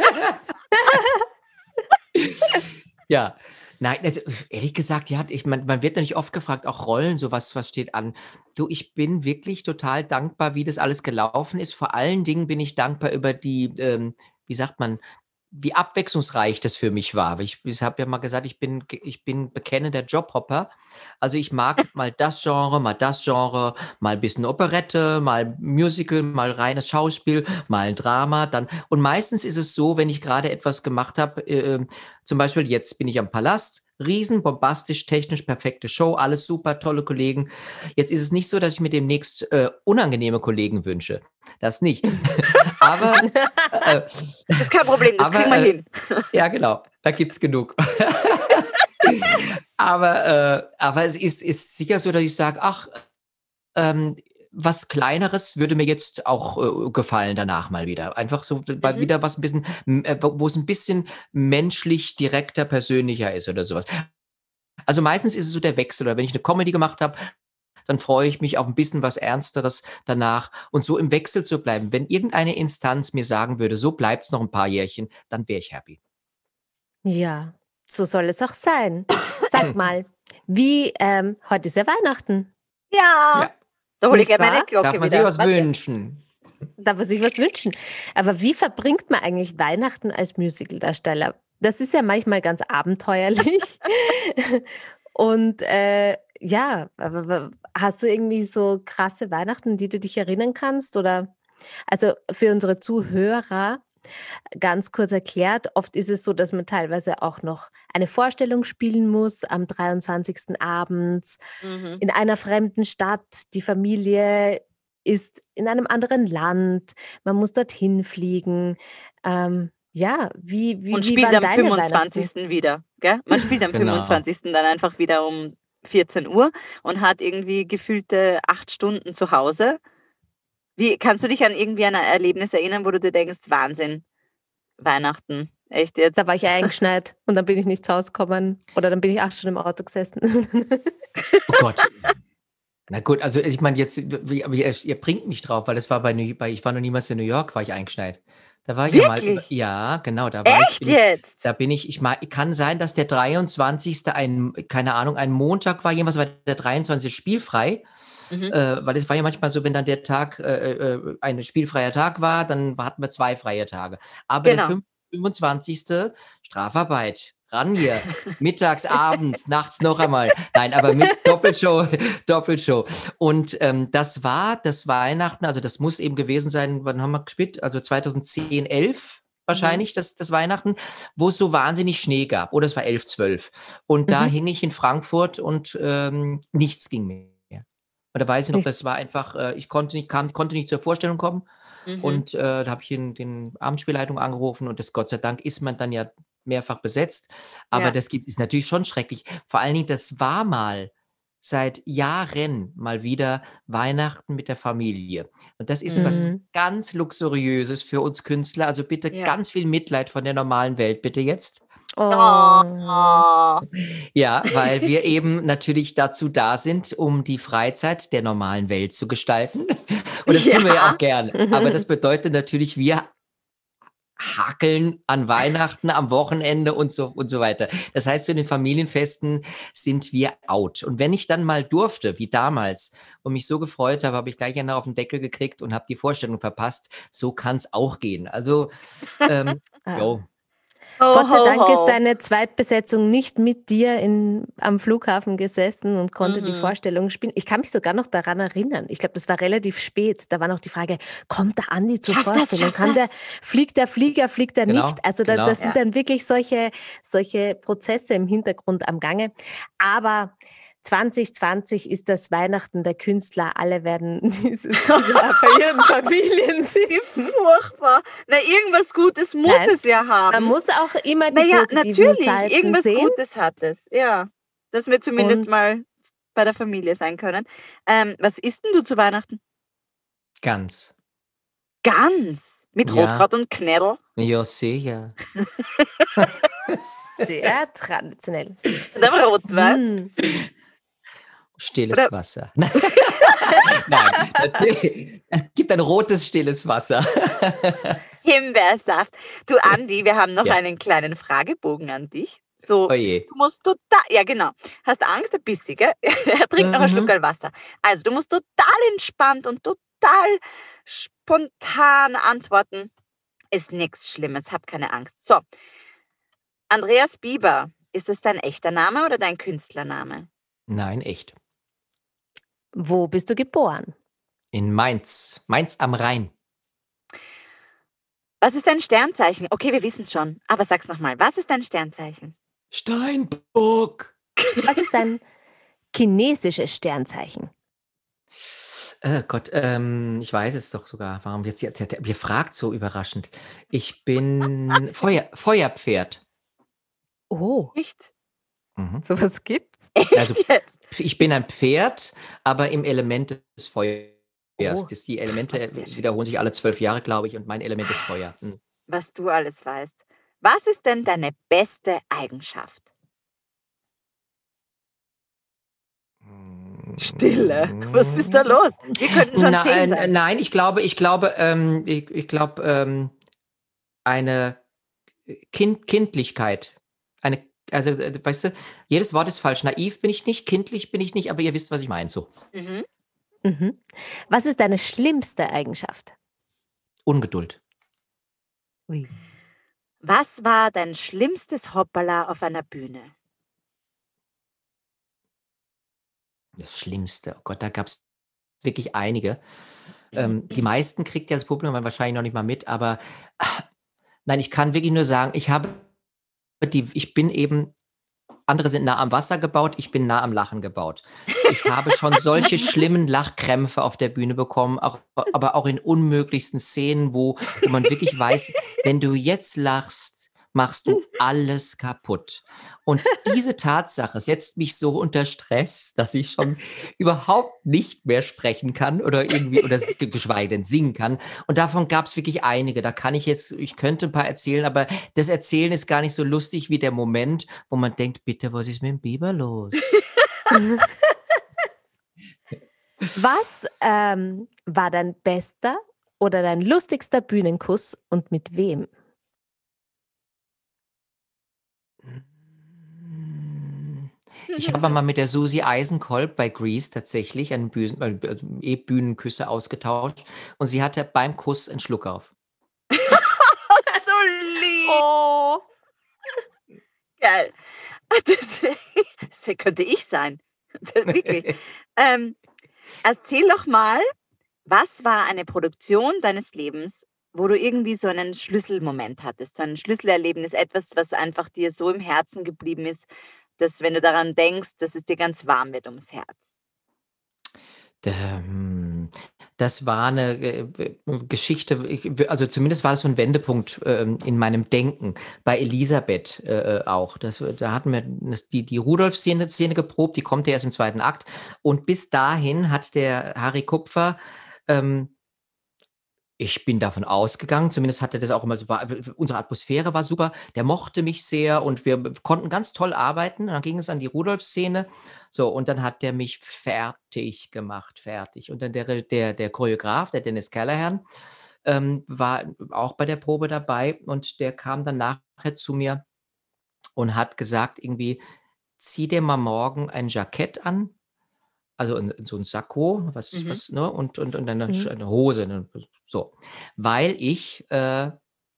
Ja, nein, also ehrlich gesagt, ja, ich, man, man wird natürlich oft gefragt, auch Rollen, so was, was steht an. Du, ich bin wirklich total dankbar, wie das alles gelaufen ist. Vor allen Dingen bin ich dankbar über die, ähm, wie sagt man, wie abwechslungsreich das für mich war. Ich, ich habe ja mal gesagt, ich bin, ge- ich bin bekennender Jobhopper. Also ich mag mal das Genre, mal das Genre, mal ein bisschen Operette, mal Musical, mal reines Schauspiel, mal ein Drama. Dann, und meistens ist es so, wenn ich gerade etwas gemacht habe, äh, zum Beispiel jetzt bin ich am Palast, riesen, bombastisch, technisch perfekte Show, alles super, tolle Kollegen. Jetzt ist es nicht so, dass ich mir demnächst äh, unangenehme Kollegen wünsche. Das nicht. Aber äh, Das ist kein Problem, das aber, kriegen wir äh, hin. ja, genau, da gibt's genug. aber, äh, aber es ist, ist sicher so, dass ich sage, ach, ähm, was Kleineres würde mir jetzt auch äh, gefallen danach mal wieder. Einfach so mal Mhm. wieder was ein bisschen, m- äh, wo wo es ein bisschen menschlich direkter, persönlicher ist oder sowas. Also meistens ist es so der Wechsel. Oder wenn ich eine Comedy gemacht habe, dann freue ich mich auf ein bisschen was Ernsteres danach. Und so im Wechsel zu bleiben. Wenn irgendeine Instanz mir sagen würde, so bleibt's noch ein paar Jährchen, dann wäre ich happy. Ja, so soll es auch sein. Sag mal, wie, ähm, heute ist ja Weihnachten, Ja, Ja, da hole ich nicht gleich meine wahr? darf Glocke man sich wieder. was Warte. wünschen. Darf man sich was wünschen. Aber wie verbringt man eigentlich Weihnachten als Musicaldarsteller? Das ist ja manchmal ganz abenteuerlich. Und äh, ja, aber, aber hast du irgendwie so krasse Weihnachten, an die du dich erinnern kannst? Oder also für unsere Zuhörer ganz kurz erklärt, oft ist es so, dass man teilweise auch noch eine Vorstellung spielen muss am dreiundzwanzigsten abends Mhm. in einer fremden Stadt. Die Familie ist in einem anderen Land. Man muss dorthin fliegen. Ähm, ja, wie, wie, Und wie spielt waren am deine Weihnachten? fünfundzwanzigsten wieder, gell? Man spielt am Genau. fünfundzwanzigsten dann einfach wieder um vierzehn Uhr und hat irgendwie gefühlte acht Stunden zu Hause. Wie kannst du dich an irgendwie an ein Erlebnis erinnern, wo du dir denkst, Wahnsinn, Weihnachten, echt jetzt? Da war ich eingeschneit und dann bin ich nicht zu Hause gekommen oder dann bin ich acht Stunden im Auto gesessen. Oh Gott. Na gut, also ich meine jetzt, wie, aber ihr, ihr bringt mich drauf, weil das war bei, New, bei, ich war noch niemals in New York, war ich eingeschneit. Da war ich ja mal, über, Wirklich? ja, genau, da war ich, Echt bin ich, jetzt? da bin ich, ich mal, kann sein, dass der dreiundzwanzigste ein, keine Ahnung, ein Montag war, jemals war der dreiundzwanzigste spielfrei, Mhm. äh, weil es war ja manchmal so, wenn dann der Tag, äh, äh, ein spielfreier Tag war, dann hatten wir zwei freie Tage. Aber der Genau. fünf- fünfundzwanzigste Strafarbeit, ran hier, mittags, abends, nachts noch einmal. Nein, aber mit Doppelshow, Doppelshow. Und ähm, das war das Weihnachten, also das muss eben gewesen sein, wann haben wir gespielt? Also zweitausendzehn, elf Mhm. wahrscheinlich, das, das Weihnachten, wo es so wahnsinnig Schnee gab. Oder es war elf, zwölf. Und da Mhm. hing ich in Frankfurt und ähm, nichts ging mehr. Und da weiß ich noch, Nicht. das war einfach, äh, ich konnte nicht, kam, konnte nicht zur Vorstellung kommen. Mhm. Und äh, da habe ich den, den Abendspielleitung angerufen und das Gott sei Dank ist man dann ja mehrfach besetzt. Aber Ja. das gibt, ist natürlich schon schrecklich. Vor allen Dingen, das war mal seit Jahren mal wieder Weihnachten mit der Familie. Und das ist was Mhm. ganz Luxuriöses für uns Künstler. Also bitte Ja. ganz viel Mitleid von der normalen Welt, bitte jetzt. Oh. Oh. Ja, weil wir eben natürlich dazu da sind, um die Freizeit der normalen Welt zu gestalten. Und das tun wir ja Ja. auch gern. Aber das bedeutet natürlich, wir hakeln an Weihnachten, am Wochenende und so und so weiter. Das heißt, zu den Familienfesten sind wir out. Und wenn ich dann mal durfte, wie damals, und mich so gefreut habe, habe ich gleich einen auf den Deckel gekriegt und habe die Vorstellung verpasst. So kann es auch gehen. Also, ähm, Ah. jo. Ho, Gott sei ho, Dank ist ho. deine Zweitbesetzung nicht mit dir in, am Flughafen gesessen und konnte die Mhm. Vorstellung spielen. Ich kann mich sogar noch daran erinnern. Ich glaube, das war relativ spät. Da war noch die Frage, kommt der Andi zur Schaff das, Vorstellung? schaff Kann der, das. fliegt der Flieger, fliegt er nicht? Genau, Also da, genau. das sind Ja. dann wirklich solche, solche Prozesse im Hintergrund am Gange. Aber zwanzig zwanzig ist das Weihnachten der Künstler. Alle werden dieses Jahr bei ihren Familien Wie sitzen. furchtbar. Na, irgendwas Gutes muss Nein, es ja Man haben. muss auch immer die Naja, positiven natürlich, Seiten irgendwas sehen. Gutes hat es. Ja, dass wir zumindest Und mal bei der Familie sein können. Ähm, was isst denn du zu Weihnachten? Ganz. Gans mit Ja, Rotkraut und Knädel ja, sicher. sehr traditionell. und einem Rotwein. Mm. Stilles Oder Wasser. Nein, natürlich. Es gibt ein rotes, stilles Wasser. Himbeersaft. Du Andi, wir haben noch Ja, einen kleinen Fragebogen an dich. So, oje. du musst total, ja genau, hast Angst, ein bisschen, gell? Er trinkt noch einen Schluck Mhm. Wasser. Also, du musst total entspannt und total spontan antworten. Ist nichts Schlimmes, hab keine Angst. So, Andreas Bieber, ist es dein echter Name oder dein Künstlername? Nein, echt. Wo bist du geboren? In Mainz. Mainz am Rhein. Was ist dein Sternzeichen? Okay, wir wissen es schon, aber sag's nochmal. Was ist dein Sternzeichen? Steinbock. Was ist dein chinesisches Sternzeichen? Äh, Gott, ähm, ich weiß es doch sogar. Warum jetzt hier? der- der- Ihr fragt so überraschend. Ich bin Feuer, Feuerpferd. Oh, Echt? Mhm. sowas gibt's? Also Echt jetzt? ich bin ein Pferd, aber im Element des Feuers. Oh, Das, die Was Elemente der, wiederholen sich alle zwölf Jahre, glaube ich, und mein Element ist Feuer. Hm. was du alles weißt. Was ist denn deine beste Eigenschaft? Stille. Was ist da los? Wir könnten schon zehn Nein, sein. nein, ich glaube, ich glaube, ähm, ich, ich glaube, ähm, eine kind, Kindlichkeit. Eine, also, äh, weißt du, jedes Wort ist falsch. Naiv bin ich nicht, kindlich bin ich nicht, aber ihr wisst, was ich meine. So. Mhm. Mhm. Was ist deine schlimmste Eigenschaft? Ungeduld. Ui. Was war dein schlimmstes Hoppala auf einer Bühne? Das Schlimmste. Oh Gott, da gab es wirklich einige. Ähm, die meisten kriegt ja das Publikum wahrscheinlich noch nicht mal mit, aber ah, nein, ich kann wirklich nur sagen, ich habe die, ich bin eben, andere sind nah am Wasser gebaut, ich bin nah am Lachen gebaut. Ich habe schon solche schlimmen Lachkrämpfe auf der Bühne bekommen, auch, aber auch in unmöglichsten Szenen, wo, wo man wirklich weiß, wenn du jetzt lachst, machst du alles kaputt. Und diese Tatsache setzt mich so unter Stress, dass ich schon überhaupt nicht mehr sprechen kann oder irgendwie, oder s- geschweige denn singen kann. Und davon gab es wirklich einige. Da kann ich jetzt, ich könnte ein paar erzählen, aber das Erzählen ist gar nicht so lustig wie der Moment, wo man denkt, bitte, was ist mit dem Biber los? Was ähm, war dein bester oder dein lustigster Bühnenkuss und mit wem? Ich habe mal mit der Susi Eisenkolb bei Grease tatsächlich einen Bühnen, also eh Bühnenküsse ausgetauscht und sie hatte beim Kuss einen Schluck auf. So lieb. Oh. Geil. Das, das könnte ich sein. Das, wirklich. Ähm, erzähl doch mal, was war eine Produktion deines Lebens, wo du irgendwie so einen Schlüsselmoment hattest, so ein Schlüsselerlebnis, etwas, was einfach dir so im Herzen geblieben ist, dass wenn du daran denkst, dass es dir ganz warm wird ums Herz. Ähm, das war eine äh, Geschichte, ich, also zumindest war das so ein Wendepunkt ähm, in meinem Denken. Bei Elisabeth äh, äh, auch. Das, da hatten wir das, die, die Rudolf-Szene Szene geprobt, die kommt ja erst im zweiten Akt. Und bis dahin hat der Harry Kupfer ähm, ich bin davon ausgegangen, zumindest hat er das auch immer so war unsere Atmosphäre war super, der mochte mich sehr und wir b konnten ganz toll arbeiten. Dann ging es an die Rudolf-Szene. So, und dann hat der mich fertig gemacht, fertig. Und dann der Re der der Choreograf, der Dennis Callahan, ähm, war auch bei der Probe dabei und der kam dann nachher zu mir und hat gesagt irgendwie: „Zieh dir mal morgen ein Jackett an, also 'n so 'n Sakko, was Mhm. was ne, und und und dann 'ne Sch Mhm. 'ne Hose, ne, so. Weil ich, äh,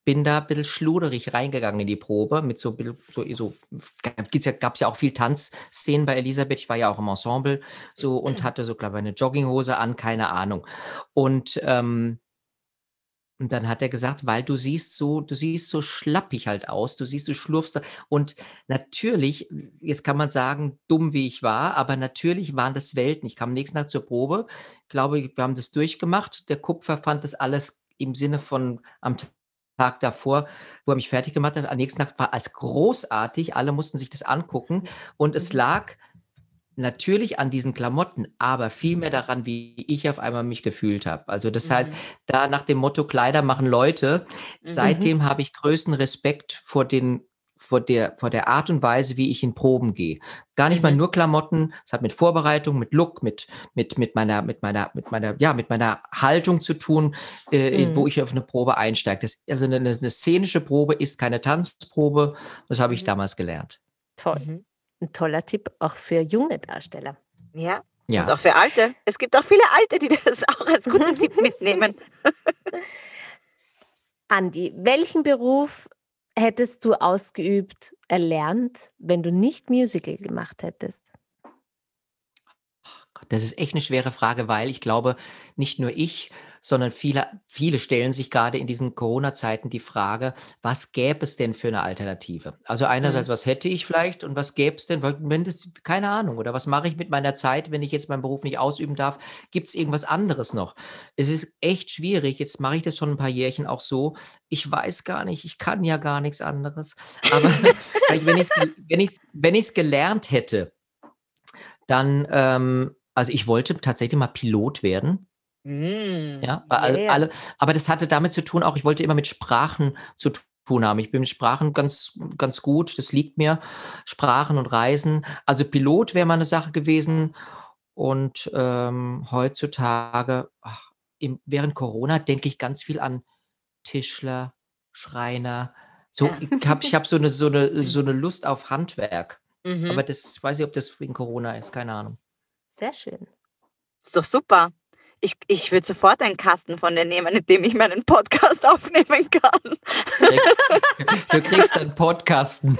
bin da ein bisschen schluderig reingegangen in die Probe mit so, ein bisschen- so, so gibt's ja, gab es ja auch viel Tanzszenen bei Elisabeth. Ich war ja auch im Ensemble so und hatte so, glaube ich, eine Jogginghose an, keine Ahnung. Und ähm, und dann hat er gesagt, weil du siehst so, du siehst so schlappig halt aus, du siehst, du schlurfst da. Und natürlich, jetzt kann man sagen, dumm wie ich war, aber natürlich waren das Welten. Ich kam nächsten Tag zur Probe, glaube, wir haben das durchgemacht. Der Kupfer fand das alles im Sinne von am Tag davor, wo er mich fertig gemacht hat. Am nächsten Tag war als großartig. Alle mussten sich das angucken. Und es Mhm. lag natürlich an diesen Klamotten, aber vielmehr daran, wie ich auf einmal mich gefühlt habe. Also das heißt, Mhm. da nach dem Motto Kleider machen Leute, Mhm. seitdem habe ich größten Respekt vor den vor der vor der Art und Weise, wie ich in Proben gehe. Gar nicht mal Mhm. nur Klamotten, es hat mit Vorbereitung, mit Look, mit mit mit meiner mit meiner mit meiner ja, mit meiner Haltung zu tun, äh, Mhm. wo ich auf eine Probe einsteige. Das also eine, eine szenische Probe ist keine Tanzprobe, das habe ich Mhm. damals gelernt. Toll. Mhm. Ein toller Tipp auch für junge Darsteller. Ja, und Ja. auch für Alte. Es gibt auch viele Alte, die das auch als guten Tipp mitnehmen. Andi, welchen Beruf hättest du ausgeübt, erlernt, wenn du nicht Musical gemacht hättest? Gott, das ist echt eine schwere Frage, weil ich glaube, nicht nur ich, sondern viele viele stellen sich gerade in diesen Corona-Zeiten die Frage: „Was gäbe es denn für eine Alternative?“ Also, einerseits, Mhm. was hätte ich vielleicht und was gäbe es denn, weil wenn das keine Ahnung, oder was mache ich mit meiner Zeit, wenn ich jetzt meinen Beruf nicht ausüben darf? Gibt es irgendwas anderes noch? Es ist echt schwierig. Jetzt mache ich das schon ein paar Jährchen auch so. Ich weiß gar nicht, ich kann ja gar nichts anderes. Aber vielleicht, wenn ich's gel wenn ich's wenn ich's gelernt hätte, dann, ähm also, ich wollte tatsächlich mal Pilot werden, Mm, ja, weil all yeah. alle aber das hatte damit zu tun auch, ich wollte immer mit Sprachen zu tun haben. Ich bin mit Sprachen ganz ganz gut, das liegt mir, Sprachen und Reisen. Also, Pilot wäre mal 'ne Sache gewesen und, ähm, heutzutage, ach, im während Corona denke ich ganz viel an Tischler, Schreiner. So, Ja. ich habe ich habe so 'ne so 'ne so 'ne Lust auf Handwerk. Mhm. Aber das weiß ich, ob das wegen Corona ist, keine Ahnung. Sehr schön. Ist doch super. Ich, ich würde sofort einen Kasten von dir nehmen, mit dem ich meinen Podcast aufnehmen kann. Du kriegst du kriegst einen Podcasten.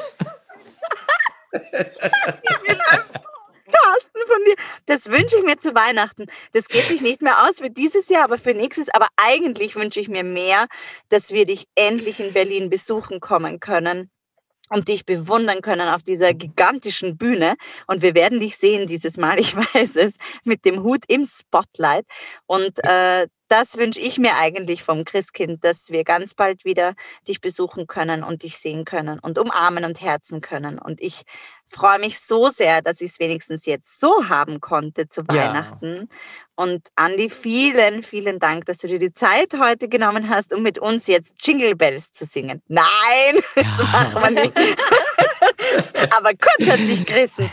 Ich will einen Kasten von dir. Das wünsche ich mir zu Weihnachten. Das geht sich nicht mehr aus für dieses Jahr, aber für nächstes. Aber eigentlich wünsche ich mir mehr, dass wir dich endlich in Berlin besuchen kommen können und dich bewundern können auf dieser gigantischen Bühne. Und wir werden dich sehen dieses Mal, ich weiß es, mit dem Hut im Spotlight. Und äh, das wünsche ich mir eigentlich vom Christkind, dass wir ganz bald wieder dich besuchen können und dich sehen können und umarmen und herzen können. Und ich freue mich so sehr, dass ich es wenigstens jetzt so haben konnte zu Ja. Weihnachten. Und Andi, vielen, vielen Dank, dass du dir die Zeit heute genommen hast, um mit uns jetzt Jingle Bells zu singen. Nein, das machen wir nicht. Aber kurz hat sich gerissen.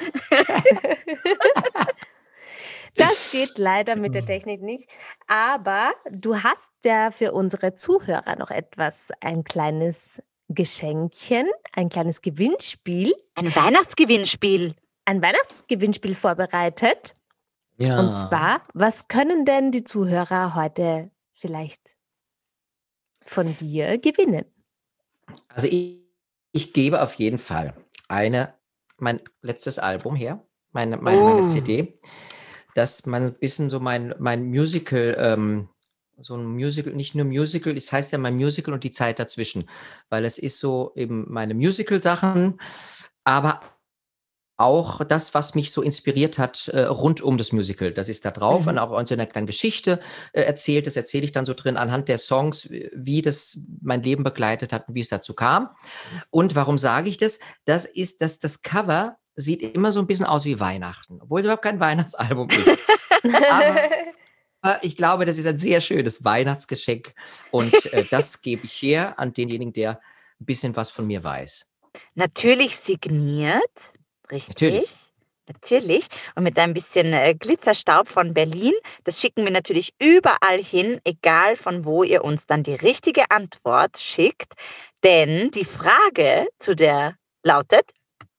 Das geht leider mit der Technik nicht. Aber du hast ja für unsere Zuhörer noch etwas, ein kleines Geschenkchen, ein kleines Gewinnspiel, Ein Weihnachtsgewinnspiel. ein Weihnachtsgewinnspiel vorbereitet. Und Ja. zwar, was können denn die Zuhörer heute vielleicht von dir gewinnen? Also, ich ich gebe auf jeden Fall eine mein letztes Album her, meine meine meine Oh. C D, dass man 'n bisschen so mein mein Musical, ähm so 'n Musical, nicht nur Musical, es heißt ja mein Musical und die Zeit dazwischen, weil es ist so eben meine Musical-Sachen, aber auch das, was mich so inspiriert hat, äh, rund um das Musical. Das ist da drauf und Mhm. auch so 'ne kleine Geschichte, äh, erzählt. Das erzähle ich dann so drin anhand der Songs, w wie das mein Leben begleitet hat und wie es dazu kam. Und warum sage ich das? Das ist, dass das Cover sieht immer so 'n bisschen aus wie Weihnachten, obwohl es überhaupt kein Weihnachtsalbum ist. Aber ich glaube, das ist ein sehr schönes Weihnachtsgeschenk und, äh, das gebe ich her an denjenigen, der 'n bisschen was von mir weiß. Natürlich signiert, richtig, Natürlich. natürlich. Und mit ein bisschen äh, Glitzerstaub von Berlin. Das schicken wir natürlich überall hin, egal von wo ihr uns dann die richtige Antwort schickt. Denn die Frage zu der lautet,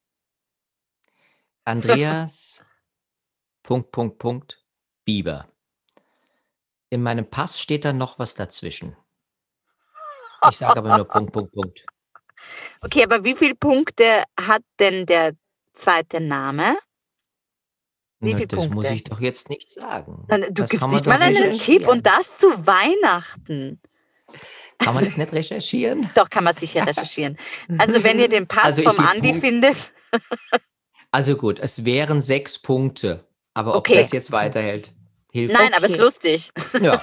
Andreas Punkt, Punkt, Punkt, Bieber. In meinem Pass steht da noch was dazwischen. Ich sage aber nur Punkt, Punkt, Punkt. Okay, aber wie viele Punkte hat denn der zweite Name? Wie Na, viele das muss Punkte? ich doch jetzt nicht sagen. Nein, Du Das gibst kann man nicht doch mal einen recherchieren. Tipp und das zu Weihnachten. Kann man das nicht recherchieren? Doch, kann man sicher recherchieren. Also wenn ihr den Pass Also ich vom gebe Andi Punkt. findet. Also gut, es wären sechs Punkte. Aber ob Okay. das jetzt weiterhält, hilft. Nein, aber es ist Okay. lustig. Ja.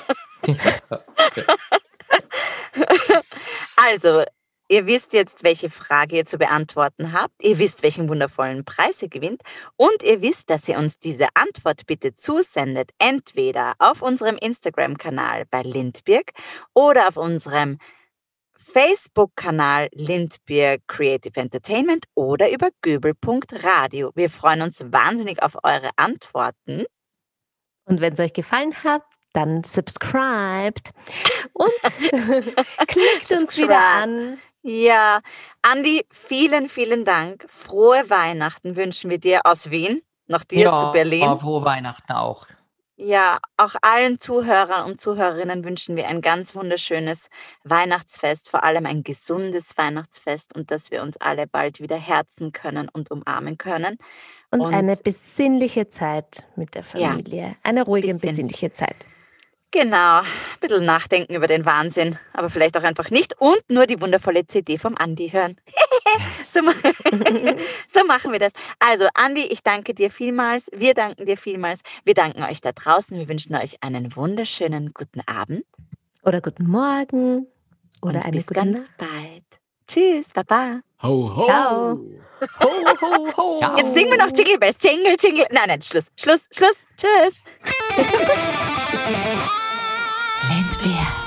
Also, ihr wisst jetzt, welche Frage ihr zu beantworten habt. Ihr wisst, welchen wundervollen Preis ihr gewinnt. Und ihr wisst, dass ihr uns diese Antwort bitte zusendet. Entweder auf unserem Instagram-Kanal bei Lindberg oder auf unserem Facebook-Kanal Lindberg Creative Entertainment oder über göbel Punkt radio. Wir freuen uns wahnsinnig auf eure Antworten. Und wenn es euch gefallen hat, dann subscribt und klickt uns wieder Subscribe. an. Ja, Andi, vielen, vielen Dank. Frohe Weihnachten wünschen wir dir aus Wien, nach dir zu Berlin. Ja, frohe Weihnachten auch. Ja, auch allen Zuhörern und Zuhörerinnen wünschen wir ein ganz wunderschönes Weihnachtsfest, vor allem ein gesundes Weihnachtsfest und dass wir uns alle bald wieder herzen können und umarmen können. Und, Und- eine besinnliche Zeit mit der Ja. Familie. Eine ruhige und Besinnlich. besinnliche Zeit. Genau, ein bisschen nachdenken über den Wahnsinn, aber vielleicht auch einfach nicht und nur die wundervolle C D vom Andi hören. so, ma- so machen wir das. Also Andi, ich danke dir vielmals, wir danken dir vielmals, wir danken euch da draußen, wir wünschen euch einen wunderschönen guten Abend Oder guten Morgen. Oder und eine bis gute ganz Nacht. bald. Tschüss, Baba. Ho, ho. Ciao. Ho, ho, ho. Ciao. Jetzt singen wir noch Jingle Bells, Jingle, Jingle. Nein, nein, Schluss, Schluss, Schluss. Tschüss. Lindberg.